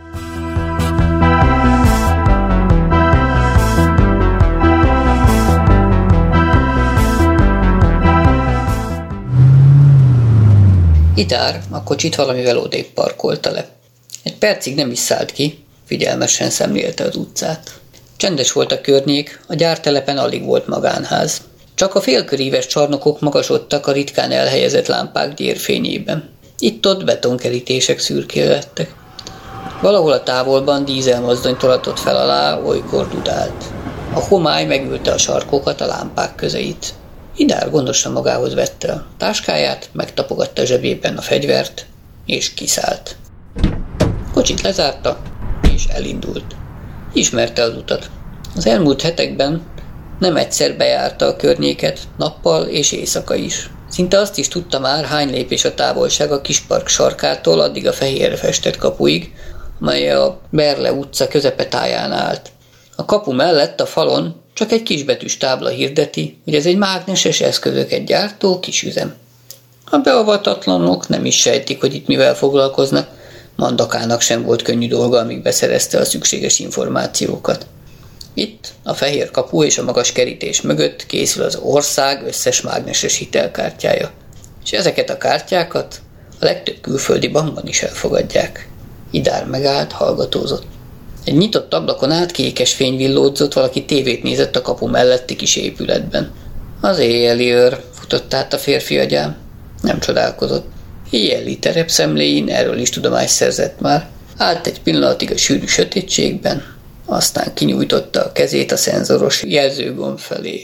Idár a kocsit valamivel odébb parkolta le. Egy percig nem is szállt ki, figyelmesen szemlélte az utcát. Csendes volt a környék, a gyártelepen alig volt magánház. Csak a félköríves csarnokok magasodtak a ritkán elhelyezett lámpák gyérfényében. Itt-ott betonkerítések szürkélettek. Valahol a távolban dízelmozdony tolatott fel alá, olykor dudált. A homály megülte a sarkokat, a lámpák közeit. Idár gondosan magához vette a táskáját, megtapogatta a zsebében a fegyvert, és kiszállt. Kocsit lezárta, és elindult. Ismerte az utat. Az elmúlt hetekben nem egyszer bejárta a környéket, nappal és éjszaka is. Szinte azt is tudta már, hány lépés a távolság a kispark sarkától addig a fehérre festett kapuig, amely a Berle utca közepetáján állt. A kapu mellett a falon csak egy kisbetűs tábla hirdeti, hogy ez egy mágneses eszközöket gyártó kisüzem. A beavatatlanok nem is sejtik, hogy itt mivel foglalkoznak, Mandakának sem volt könnyű dolga, amíg beszerezte a szükséges információkat. Itt, a fehér kapu és a magas kerítés mögött készül az ország összes mágneses hitelkártyája, és ezeket a kártyákat a legtöbb külföldi bankban is elfogadják. Idár megállt, hallgatózott. Egy nyitott ablakon át kékes fény villódzott, valaki tévét nézett a kapu melletti kis épületben. Az éjjeli őr futott át a férfi agyán. Nem csodálkozott. Éjjeli terepszemléin erről is tudomást szerzett már. Állt egy pillanatig a sűrű sötétségben, aztán kinyújtotta a kezét a szenzoros jelzőgomb felé.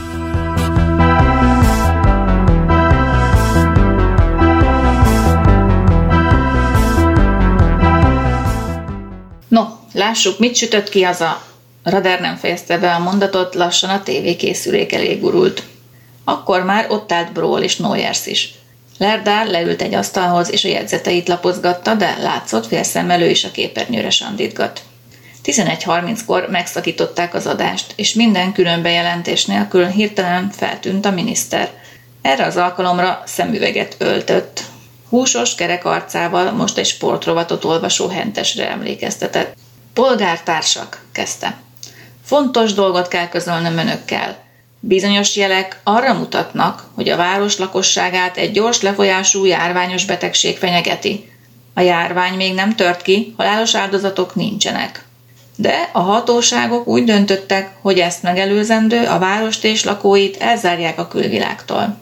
No, lássuk, mit sütött ki az a... Radar nem fejezte be a mondatot, lassan a tévékészülék elé gurult. Akkor már ott állt Broll és Noyers is. Lerdár leült egy asztalhoz, és a jegyzeteit lapozgatta, de látszott félszemmel ő is a képernyőre sandítgat. 11:30-kor megszakították az adást, és minden külön bejelentés nélkül hirtelen feltűnt a miniszter. Erre az alkalomra szemüveget öltött. Húsos, kerek arcával most egy sportrovatot olvasó hentesre emlékeztetett. Polgártársak, kezdte. Fontos dolgot kell közölnöm önökkel. Bizonyos jelek arra mutatnak, hogy a város lakosságát egy gyors lefolyású járványos betegség fenyegeti. A járvány még nem tört ki, halálos áldozatok nincsenek. De a hatóságok úgy döntöttek, hogy ezt megelőzendő a várost és lakóit elzárják a külvilágtól.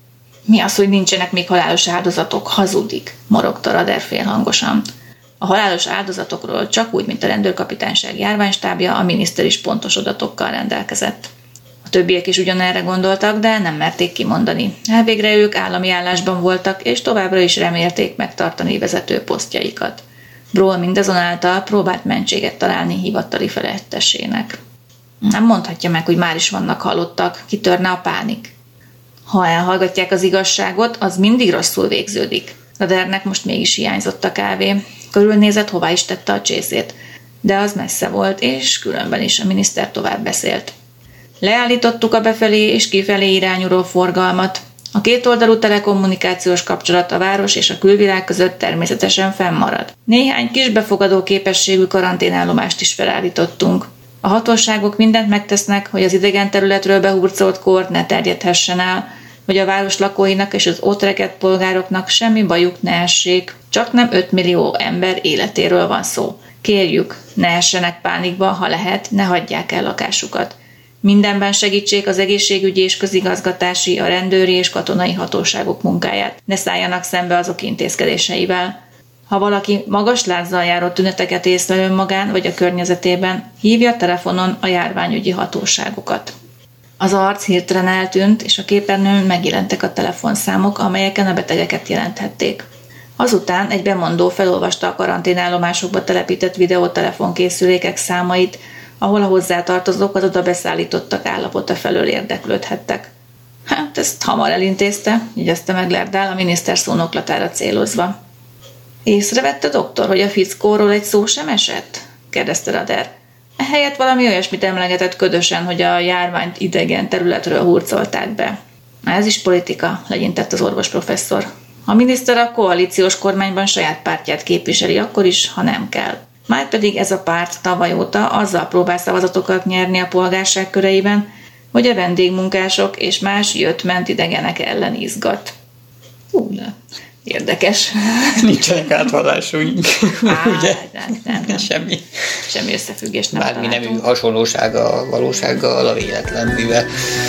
Mi az, hogy nincsenek még halálos áldozatok? Hazudik, morogta Rader félhangosan. A halálos áldozatokról csak úgy, mint a rendőrkapitányság járványstábja, a miniszter is pontos adatokkal rendelkezett. A többiek is ugyanerre gondoltak, de nem merték kimondani. Elvégre ők állami állásban voltak, és továbbra is remélték megtartani vezető posztjaikat. Brohl mindazonáltal próbált mentséget találni hivatali felettesének. Nem mondhatja meg, hogy már is vannak halottak, kitörne a pánik. Ha elhallgatják az igazságot, az mindig rosszul végződik. Radernek most mégis hiányzott a kávé. Körülnézett, hová is tette a csészét. De az messze volt, és különben is a miniszter tovább beszélt. Leállítottuk a befelé és kifelé irányuló forgalmat. A kétoldalú telekommunikációs kapcsolat a város és a külvilág között természetesen fennmarad. Néhány kis befogadó képességű karanténállomást is felállítottunk. A hatóságok mindent megtesznek, hogy az idegen területről behurcolt kór ne terjedhessen el, hogy a város lakóinak és az ott rekedt polgároknak semmi bajuk ne essék, csak nem 5 millió ember életéről van szó. Kérjük, ne essenek pánikba, ha lehet, ne hagyják el lakásukat. Mindenben segítsék az egészségügyi és közigazgatási, a rendőri és katonai hatóságok munkáját. Ne szálljanak szembe azok intézkedéseivel. Ha valaki magas lázzal járó tüneteket észlel önmagán vagy a környezetében, hívja telefonon a járványügyi hatóságokat. Az arc hirtelen eltűnt, és a képernyőn megjelentek a telefonszámok, amelyeken a betegeket jelenthették. Azután egy bemondó felolvasta a karanténállomásokba telepített videótelefonkészülékek számait, ahol a hozzátartozók az oda beszállítottak állapota felől érdeklődhettek. Hát ezt hamar elintézte, jegyezte meg Lerdál a miniszter szónoklatára célozva. Észrevette doktor, hogy a fickóról egy szó sem esett? Kérdezte Rader. Ehelyett valami olyasmit emlegetett ködösen, hogy a járványt idegen területről hurcolták be. Ez is politika, legyintett az orvosprofesszor. A miniszter a koalíciós kormányban saját pártját képviseli, akkor is, ha nem kell. Márpedig ez a párt tavaly óta azzal próbál szavazatokat nyerni a polgárság köreiben, hogy a vendégmunkások és más jött-ment idegenek ellen izgat. Érdekes. Nincsenek átvallásaink. Ugye? Nem. Semmi összefüggést nem bármi találtunk. nemű hasonlósága a valósággal a véletlen műve.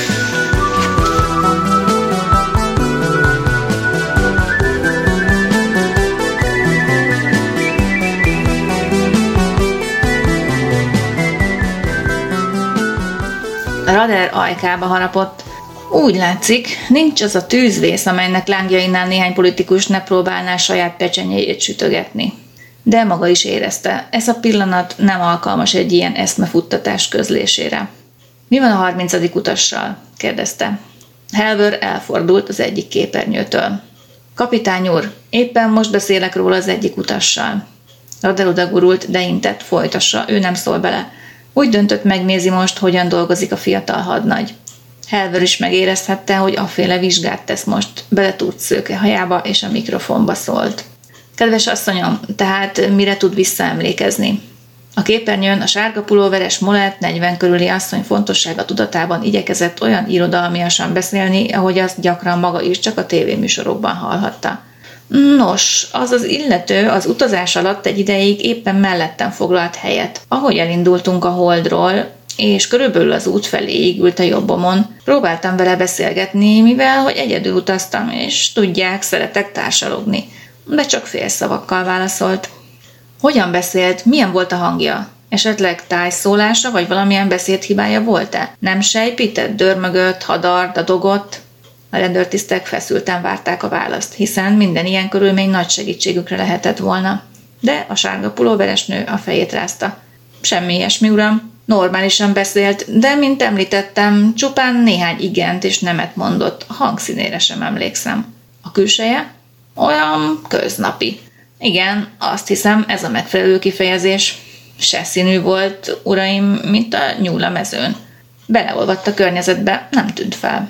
Rader ajkába harapott. Úgy látszik, nincs az a tűzvész, amelynek lángjainál néhány politikus ne próbálná saját pecsenyéjét sütögetni. De maga is érezte, ez a pillanat nem alkalmas egy ilyen eszmefuttatás közlésére. Mi van a 30. utassal? Kérdezte. Helver elfordult az egyik képernyőtől. Kapitány úr, éppen most beszélek róla az egyik utassal. Rader odagurult, de intett, folytassa, ő nem szól bele. Úgy döntött, megnézi most, hogyan dolgozik a fiatal hadnagy. Helver is megérezhette, hogy aféle vizsgát tesz most, beletúrt szőke hajába, és a mikrofonba szólt. Kedves asszonyom, tehát mire tud visszaemlékezni? A képernyőn a sárga pulóveres molett 40 körüli asszony fontossága tudatában igyekezett olyan irodalmiasan beszélni, ahogy azt gyakran maga is csak a tévéműsorokban hallhatta. Nos, az az illető az utazás alatt egy ideig éppen mellettem foglalt helyet. Ahogy elindultunk a Holdról, és körülbelül az út felé ült a jobbomon, próbáltam vele beszélgetni, mivel hogy egyedül utaztam, és tudják, szeretek társalogni. De csak félszavakkal válaszolt. Hogyan beszélt? Milyen volt a hangja? Esetleg tájszólása, vagy valamilyen beszédhibája volt-e? Nem sejpített, dörmögött, hadart, dadogott? A rendőrtisztek feszülten várták a választ, hiszen minden ilyen körülmény nagy segítségükre lehetett volna. De a sárga pulóveres nő a fejét rázta. Semmi ilyesmi, uram. Normálisan beszélt, de, mint említettem, csupán néhány igent és nemet mondott, a hangszínére sem emlékszem. A külseje? Olyan köznapi. Igen, azt hiszem, ez a megfelelő kifejezés. Se színű volt, uraim, mint a nyúl a mezőn. Beleolvadt a környezetbe, nem tűnt fel.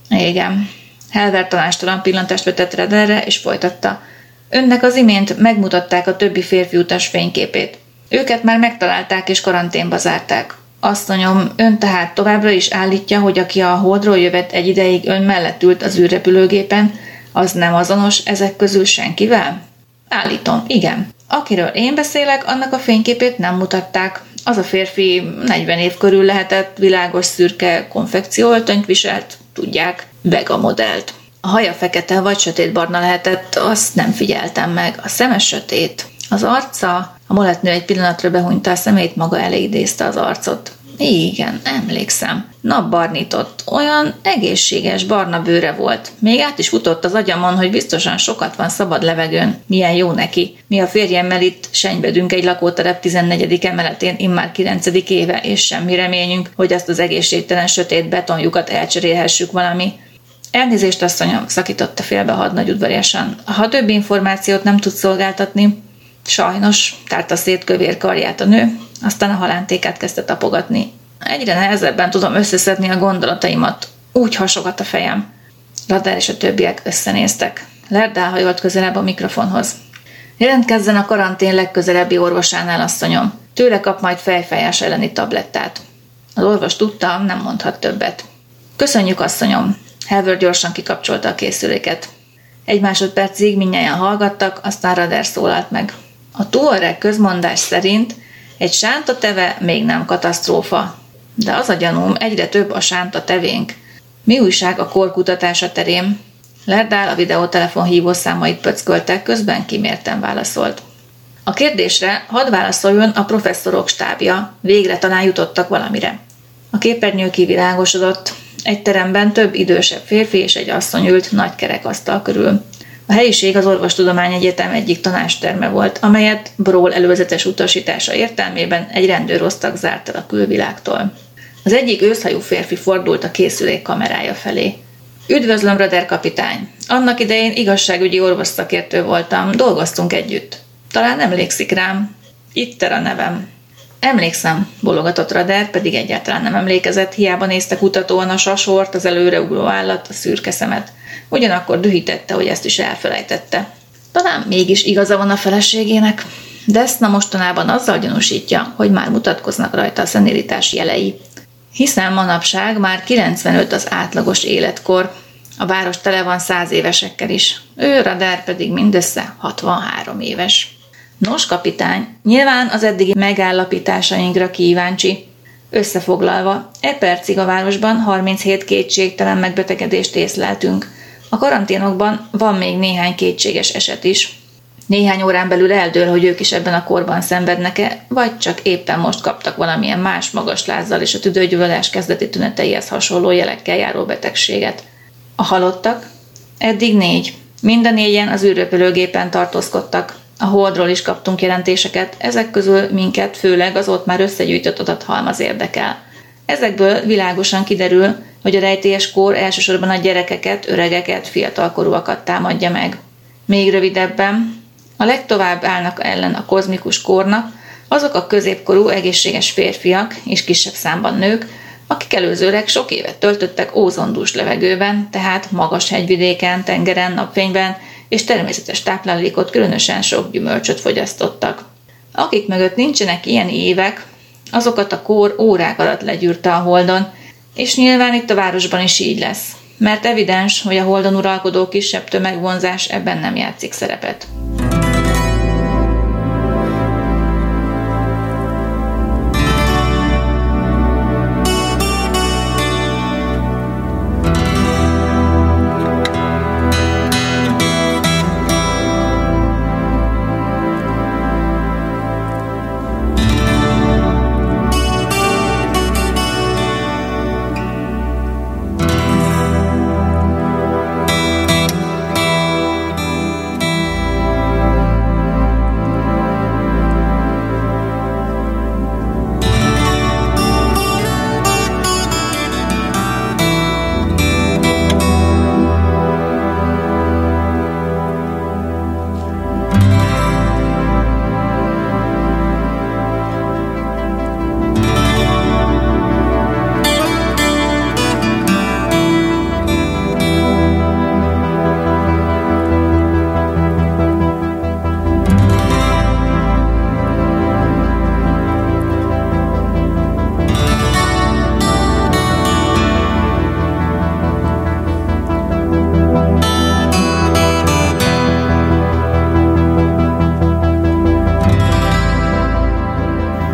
Igen. Helver tanástalan pillantást vetett Radarre, és folytatta. Önnek az imént megmutatták a többi férfi utas fényképét. Őket már megtalálták és karanténba zárták. Asszonyom, ön tehát továbbra is állítja, hogy aki a Holdról jövett egy ideig ön mellett ült az űrrepülőgépen, az nem azonos ezek közül senkivel? Állítom, igen. Akiről én beszélek, annak a fényképét nem mutatták. Az a férfi 40 év körül lehetett, világos szürke konfekcióöltönyt viselt, tudják, Vega modellt. A haja fekete vagy sötétbarna lehetett, azt nem figyeltem meg. A szeme sötét. Az arca, a molettnő egy pillanatra behunyta a szemét, maga elé idézte az arcot. Igen, emlékszem. Napbarnított, olyan egészséges barna bőre volt. Még át is futott az agyamon, hogy biztosan sokat van szabad levegőn. Milyen jó neki. Mi a férjemmel itt senybedünk egy lakótelep 14. emeletén immár 9. éve, és semmi reményünk, hogy azt az egészségtelen sötét betonjukat elcserélhessük valami. Elnézést, asszonyom, szakította félbe a hadnagy udvariasan. Ha több információt nem tud szolgáltatni, sajnos, tárta szét kövér karját a nő, aztán a halántékát kezdte tapogatni. Egyre nehezebben tudom összeszedni a gondolataimat. Úgy hasogat a fejem. Radar és a többiek összenéztek. Laird elhajolt közelebb a mikrofonhoz. Jelentkezzen a karantén legközelebbi orvosánál, asszonyom. Tőle kap majd fejfájás elleni tablettát. Az orvos tudta, nem mondhat többet. Köszönjük, asszonyom. Helver gyorsan kikapcsolta a készüléket. Egy másodpercig mindnyájan hallgattak, aztán Radar szólalt meg. A tuareg közmondás szerint egy sánta teve még nem katasztrófa, de az a gyanúm, egyre több a sánta tevénk. Mi újság a kor kutatása terén? Laird a videótelefon hívószámait pöckölte, közben kimérten válaszolt. A kérdésre hadd válaszoljon a professzorok stábja, végre talán jutottak valamire. A képernyő kivilágosodott. Egy teremben több idősebb férfi és egy asszony ült nagy kerekasztal körül. A helyiség az Orvostudományegyetem egyik tanácsterme volt, amelyet Brawl előzetes utasítása értelmében egy rendőrosztag zárt el a külvilágtól. Az egyik őszhajú férfi fordult a készülék kamerája felé. Üdvözlöm, Radar kapitány! Annak idején igazságügyi orvosszakértő voltam, dolgoztunk együtt. Talán emlékszik rám. Itter a nevem. Emlékszem, bologatott Radar, pedig egyáltalán nem emlékezett, hiába nézte kutatóan a sasort, az előreugró állat, a szürke szemet. Ugyanakkor dühítette, hogy ezt is elfelejtette. Talán mégis igaza van a feleségének, de ezt mostanában azzal gyanúsítja, hogy már mutatkoznak rajta a szenilitás jelei. Hiszen manapság már 95 az átlagos életkor. A város tele van 100 évesekkel is. Ő, Radar pedig mindössze 63 éves. Nos, kapitány, nyilván az eddigi megállapításainkra kíváncsi. Összefoglalva, percig a városban 37 kétségtelen megbetegedést észleltünk. A karanténokban van még néhány kétséges eset is. Néhány órán belül eldől, hogy ők is ebben a korban szenvednek-e, vagy csak éppen most kaptak valamilyen más magaslázzal és a tüdőgyulladás kezdeti tüneteihez hasonló jelekkel járó betegséget. A halottak? Eddig 4. Mind a 4-en az űrrepülőgépen tartózkodtak. A Holdról is kaptunk jelentéseket, ezek közül minket főleg az ott már összegyűjtött adathalmaz érdekel. Ezekből világosan kiderül, hogy a rejtélyes kór elsősorban a gyerekeket, öregeket, fiatalkorúakat támadja meg. Még rövidebben, a legtovább állnak ellen a kozmikus kórnak azok a középkorú egészséges férfiak és kisebb számban nők, akik előzőleg sok évet töltöttek ózondús levegőben, tehát magas hegyvidéken, tengeren, napfényben, és természetes táplálékot, különösen sok gyümölcsöt fogyasztottak. Akik mögött nincsenek ilyen évek, azokat a kór órák alatt legyűrte a Holdon, és nyilván itt a városban is így lesz, mert evidens, hogy a Holdon uralkodó kisebb tömegvonzás ebben nem játszik szerepet.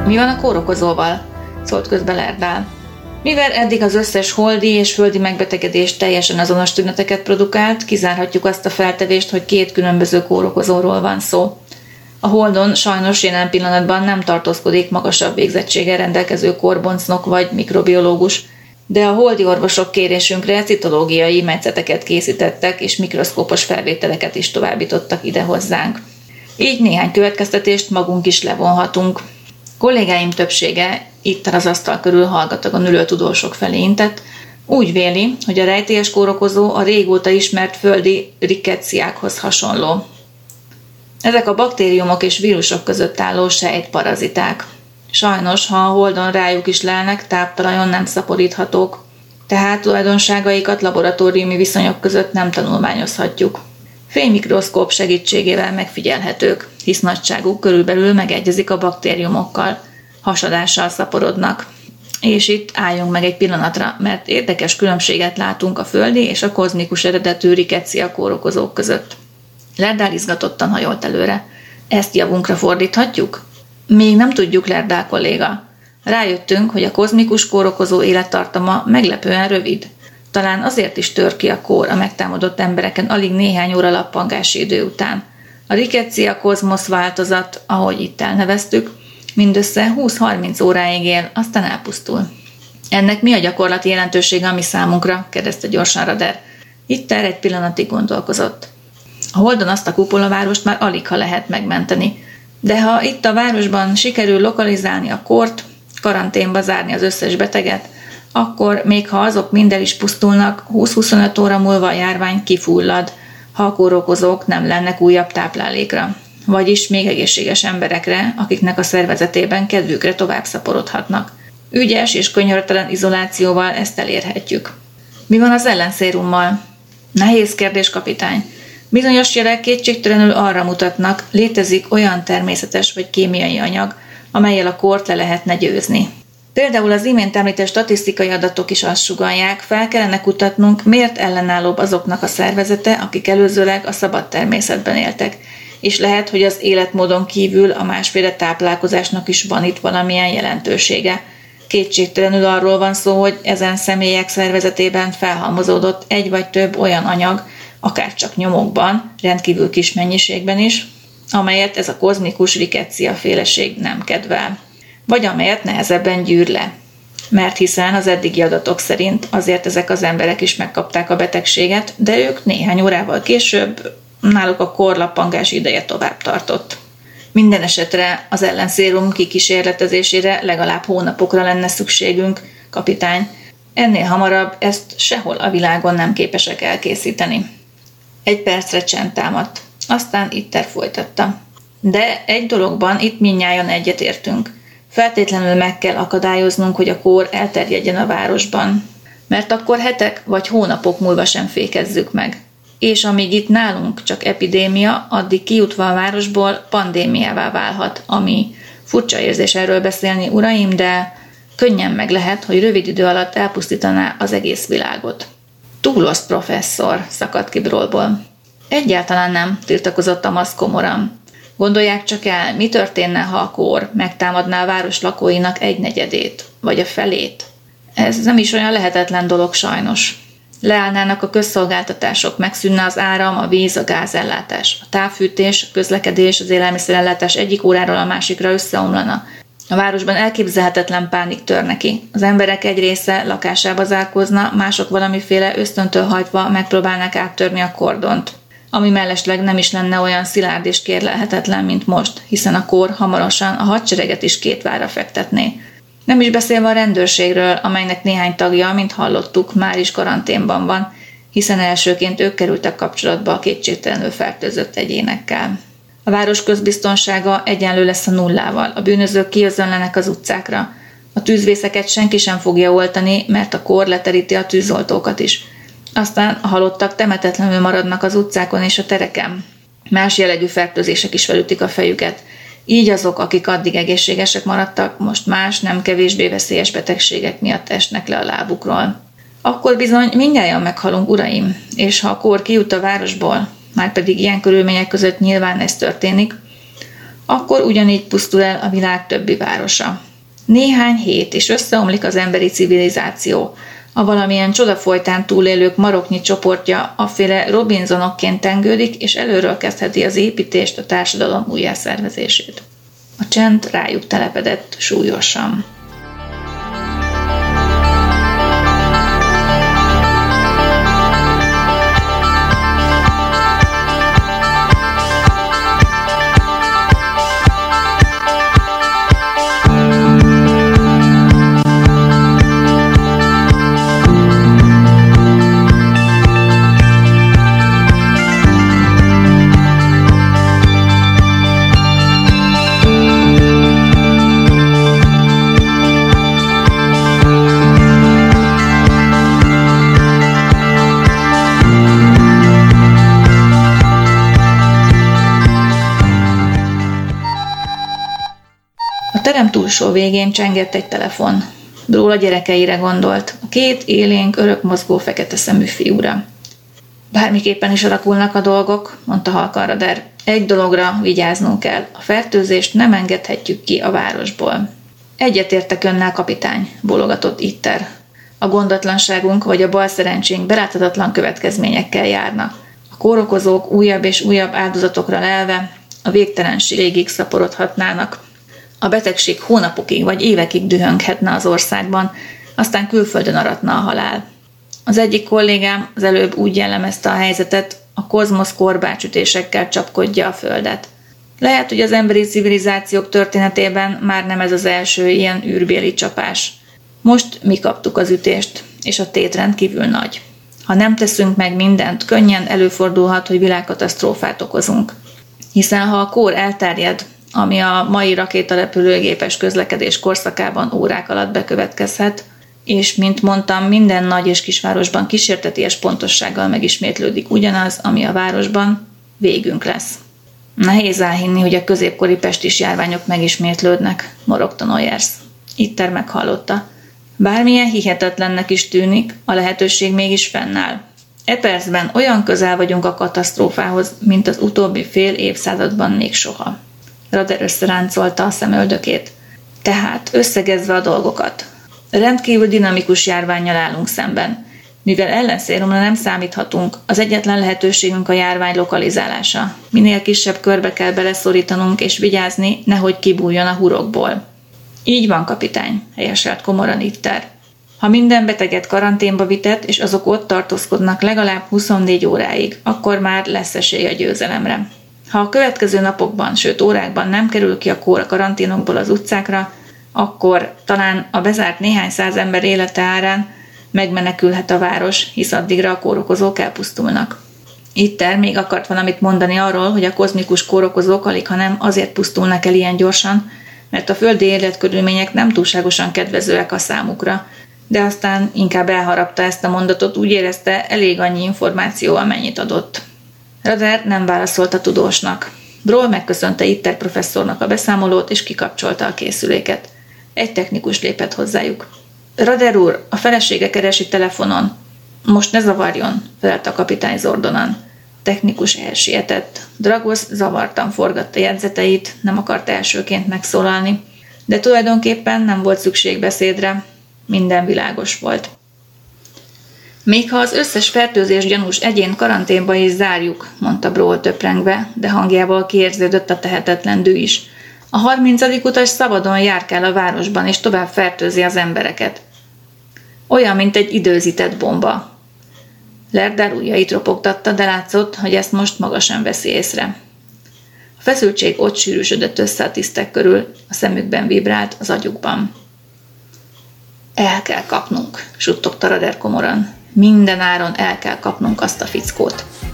Mi van a kórokozóval? Szólt közbe Lerdál. Mivel eddig az összes holdi és földi megbetegedés teljesen azonos tüneteket produkált, kizárhatjuk azt a feltevést, hogy 2 különböző kórokozóról van szó. A holdon sajnos jelen pillanatban nem tartózkodik magasabb végzettséggel rendelkező korboncnok vagy mikrobiológus, de a holdi orvosok kérésünkre citológiai metszeteket készítettek és mikroszkópos felvételeket is továbbítottak ide hozzánk. Így néhány következtetést magunk is levonhatunk. Kollégáim többsége, itt az asztal körül hallgatagon ülő tudósok felé intett, úgy véli, hogy a rejtélyes kórokozó a régóta ismert földi rickettsiákhoz hasonló. Ezek a baktériumok és vírusok között álló sejtparaziták. Sajnos, ha a holdon rájuk is lelnek, táptalajon nem szaporíthatók, tehát tulajdonságaikat laboratóriumi viszonyok között nem tanulmányozhatjuk. Fénymikroszkóp segítségével megfigyelhetők, hisz nagyságuk körülbelül megegyezik a baktériumokkal, hasadással szaporodnak. És itt álljunk meg egy pillanatra, mert érdekes különbséget látunk a földi és a kozmikus eredetű rickettsia kórokozók között. Lerdál izgatottan hajolt előre. Ezt javunkra fordíthatjuk? Még nem tudjuk, Lerdál kolléga. Rájöttünk, hogy a kozmikus kórokozó élettartama meglepően rövid. Talán azért is tör ki a kór a megtámadott embereken alig néhány óra lappangási idő után. A rickettsia kozmosz változat, ahogy itt elneveztük, mindössze 20-30 óráig él, aztán elpusztul. Ennek mi a gyakorlati jelentősége a mi számunkra? Kérdezte gyorsan Rader. Itter egy pillanatig gondolkozott. A holdon azt a kupolavárost már aligha lehet megmenteni. De ha itt a városban sikerül lokalizálni a kórt, karanténba zárni az összes beteget, akkor még ha azok mind el is pusztulnak, 20-25 óra múlva a járvány kifullad, ha a kórokozók nem lennek újabb táplálékra, vagyis még egészséges emberekre, akiknek a szervezetében kedvükre tovább szaporodhatnak. Ügyes és könyörtelen izolációval ezt elérhetjük. Mi van az ellenszérummal? Nehéz kérdés, kapitány. Bizonyos jelek kétségtelenül arra mutatnak, létezik olyan természetes vagy kémiai anyag, amellyel a kórt le lehetne győzni. Például az imént említett statisztikai adatok is azt sugallják, fel kellene kutatnunk, miért ellenállóbb azoknak a szervezete, akik előzőleg a szabad természetben éltek, és lehet, hogy az életmódon kívül a másféle táplálkozásnak is van itt valamilyen jelentősége. Kétségtelenül arról van szó, hogy ezen személyek szervezetében felhalmozódott egy vagy több olyan anyag, akár csak nyomokban, rendkívül kis mennyiségben is, amelyet ez a kozmikus rickettsia féleség nem kedvel, vagy amelyet nehezebben gyűr le. Mert hiszen az eddigi adatok szerint azért ezek az emberek is megkapták a betegséget, de ők néhány órával később náluk a kórlappangás ideje tovább tartott. Minden esetre az ellenszérum kikísérletezésére legalább hónapokra lenne szükségünk, kapitány. Ennél hamarabb ezt sehol a világon nem képesek elkészíteni. Egy percre csend támadt. Aztán Itter folytatta. De egy dologban itt mindnyájan egyetértünk. Feltétlenül meg kell akadályoznunk, hogy a kór elterjedjen a városban. Mert akkor hetek vagy hónapok múlva sem fékezzük meg. És amíg itt nálunk csak epidémia, addig kijutva a városból pandémiává válhat, ami furcsa érzés erről beszélni, uraim, de könnyen meg lehet, hogy rövid idő alatt elpusztítaná az egész világot. Túloszt, professzor, szakadt ki Brollból. Egyáltalán nem, tiltakozott a maszk komoran. Gondolják csak el, mi történne, ha a kór megtámadná a város lakóinak 1/4, vagy a felét. Ez nem is olyan lehetetlen dolog sajnos. Leállnának a közszolgáltatások, megszűnne az áram, a víz, a gázellátás, a távfűtés, a közlekedés, az élelmiszerellátás egyik óráról a másikra összeomlana. A városban elképzelhetetlen pánik tör ki. Az emberek egy része lakásába zárkózna, mások valamiféle ösztöntől hajtva megpróbálnák áttörni a kordont, ami mellesleg nem is lenne olyan szilárd és kérlelhetetlen, mint most, hiszen a kór hamarosan a hadsereget is két várra fektetné. Nem is beszélve a rendőrségről, amelynek néhány tagja, mint hallottuk, már is karanténban van, hiszen elsőként ők kerültek kapcsolatba a kétségtelenül fertőzött egyénekkel. A város közbiztonsága egyenlő lesz a nullával, a bűnözők kijözönlenek az utcákra. A tűzvészeket senki sem fogja oltani, mert a kór leteríti a tűzoltókat is. Aztán a halottak temetetlenül maradnak az utcákon és a tereken. Más jellegű fertőzések is felütik a fejüket. Így azok, akik addig egészségesek maradtak, most más, nem kevésbé veszélyes betegségek miatt esnek le a lábukról. Akkor bizony mindnyájan meghalunk, uraim, és ha a kór kijut a városból, márpedig ilyen körülmények között nyilván ez történik, akkor ugyanígy pusztul el a világ többi városa. Néhány hét, és összeomlik az emberi civilizáció. A valamilyen csoda folytán túlélők maroknyi csoportja afféle Robinsonokként tengődik, és előről kezdheti az építést, a társadalom újjászervezését. A csend rájuk telepedett súlyosan. A terem túlsó végén csengett egy telefon. Brawl a gyerekeire gondolt, a két élénk, örökmozgó, fekete szemű fiúra. Bármiképpen is alakulnak a dolgok, mondta halkan Rader. Egy dologra vigyáznunk kell, a fertőzést nem engedhetjük ki a városból. Egyetértek önnel, kapitány, bólogatott Itter. A gondatlanságunk vagy a balszerencsénk beláthatatlan következményekkel járna. A kórokozók újabb és újabb áldozatokra lelve a végtelenségig szaporodhatnának. A betegség hónapokig vagy évekig dühönghetne az országban, aztán külföldön aratna a halál. Az egyik kollégám az előbb úgy jellemezte a helyzetet, a kozmosz korbácsütésekkel csapkodja a földet. Lehet, hogy az emberi civilizációk történetében már nem ez az első ilyen űrbéli csapás. Most mi kaptuk az ütést, és a tét rendkívül nagy. Ha nem teszünk meg mindent, könnyen előfordulhat, hogy világkatasztrófát okozunk. Hiszen ha a kór elterjed, ami a mai rakétarepülőgépes közlekedés korszakában órák alatt bekövetkezhet, és, mint mondtam, minden nagy és kisvárosban kísérteties pontossággal megismétlődik ugyanaz, ami a városban, végünk lesz. Nehéz elhinni, hogy a középkori pestis járványok megismétlődnek, morogta Noyers. Itter meghallotta. Bármilyen hihetetlennek is tűnik, a lehetőség mégis fennáll. E percben olyan közel vagyunk a katasztrófához, mint az utóbbi fél évszázadban még soha. Rader összeráncolta a szemöldökét. Tehát, összegezve a dolgokat. Rendkívül dinamikus járvánnyal állunk szemben. Mivel ellenszérumra nem számíthatunk, az egyetlen lehetőségünk a járvány lokalizálása. Minél kisebb körbe kell beleszorítanunk és vigyázni, nehogy kibújjon a hurokból. Így van, kapitány, helyeselt komoran Itter. Ha minden beteget karanténba vitett, és azok ott tartózkodnak legalább 24 óráig, akkor már lesz esély a győzelemre. Ha a következő napokban, sőt órákban nem kerül ki a kór a karanténokból az utcákra, akkor talán a bezárt néhány száz ember élete árán megmenekülhet a város, hisz addigra a kórokozók elpusztulnak. Itter még akart valamit mondani arról, hogy a kozmikus kórokozók alighanem azért pusztulnak el ilyen gyorsan, mert a földi életkörülmények nem túlságosan kedvezőek a számukra, de aztán inkább elharapta ezt a mondatot, úgy érezte, elég annyi információ, amennyit adott. Rader nem válaszolt a tudósnak. Brawl megköszönte Itter professzornak a beszámolót, és kikapcsolta a készüléket. Egy technikus lépett hozzájuk. Rader úr, a felesége keresi telefonon. Most ne zavarjon, felelt a kapitány zordonan. Technikus elsietett. Dragos zavartan forgatta jegyzeteit, nem akart elsőként megszólalni, de tulajdonképpen nem volt szükség beszédre. Minden világos volt. Még ha az összes fertőzés gyanús egyén karanténba is zárjuk, mondta Brawl töprengve, de hangjából kiérződött a tehetetlen dű is. A 30. utas szabadon járkál a városban, és tovább fertőzi az embereket. Olyan, mint egy időzített bomba. Lerder ujjait ropogtatta, de látszott, hogy ezt most maga sem veszi észre. A feszültség ott sűrűsödött össze a tisztek körül, a szemükben vibrált, az agyukban. El kell kapnunk, suttogta Rader komoran. Minden áron el kell kapnunk azt a fickót.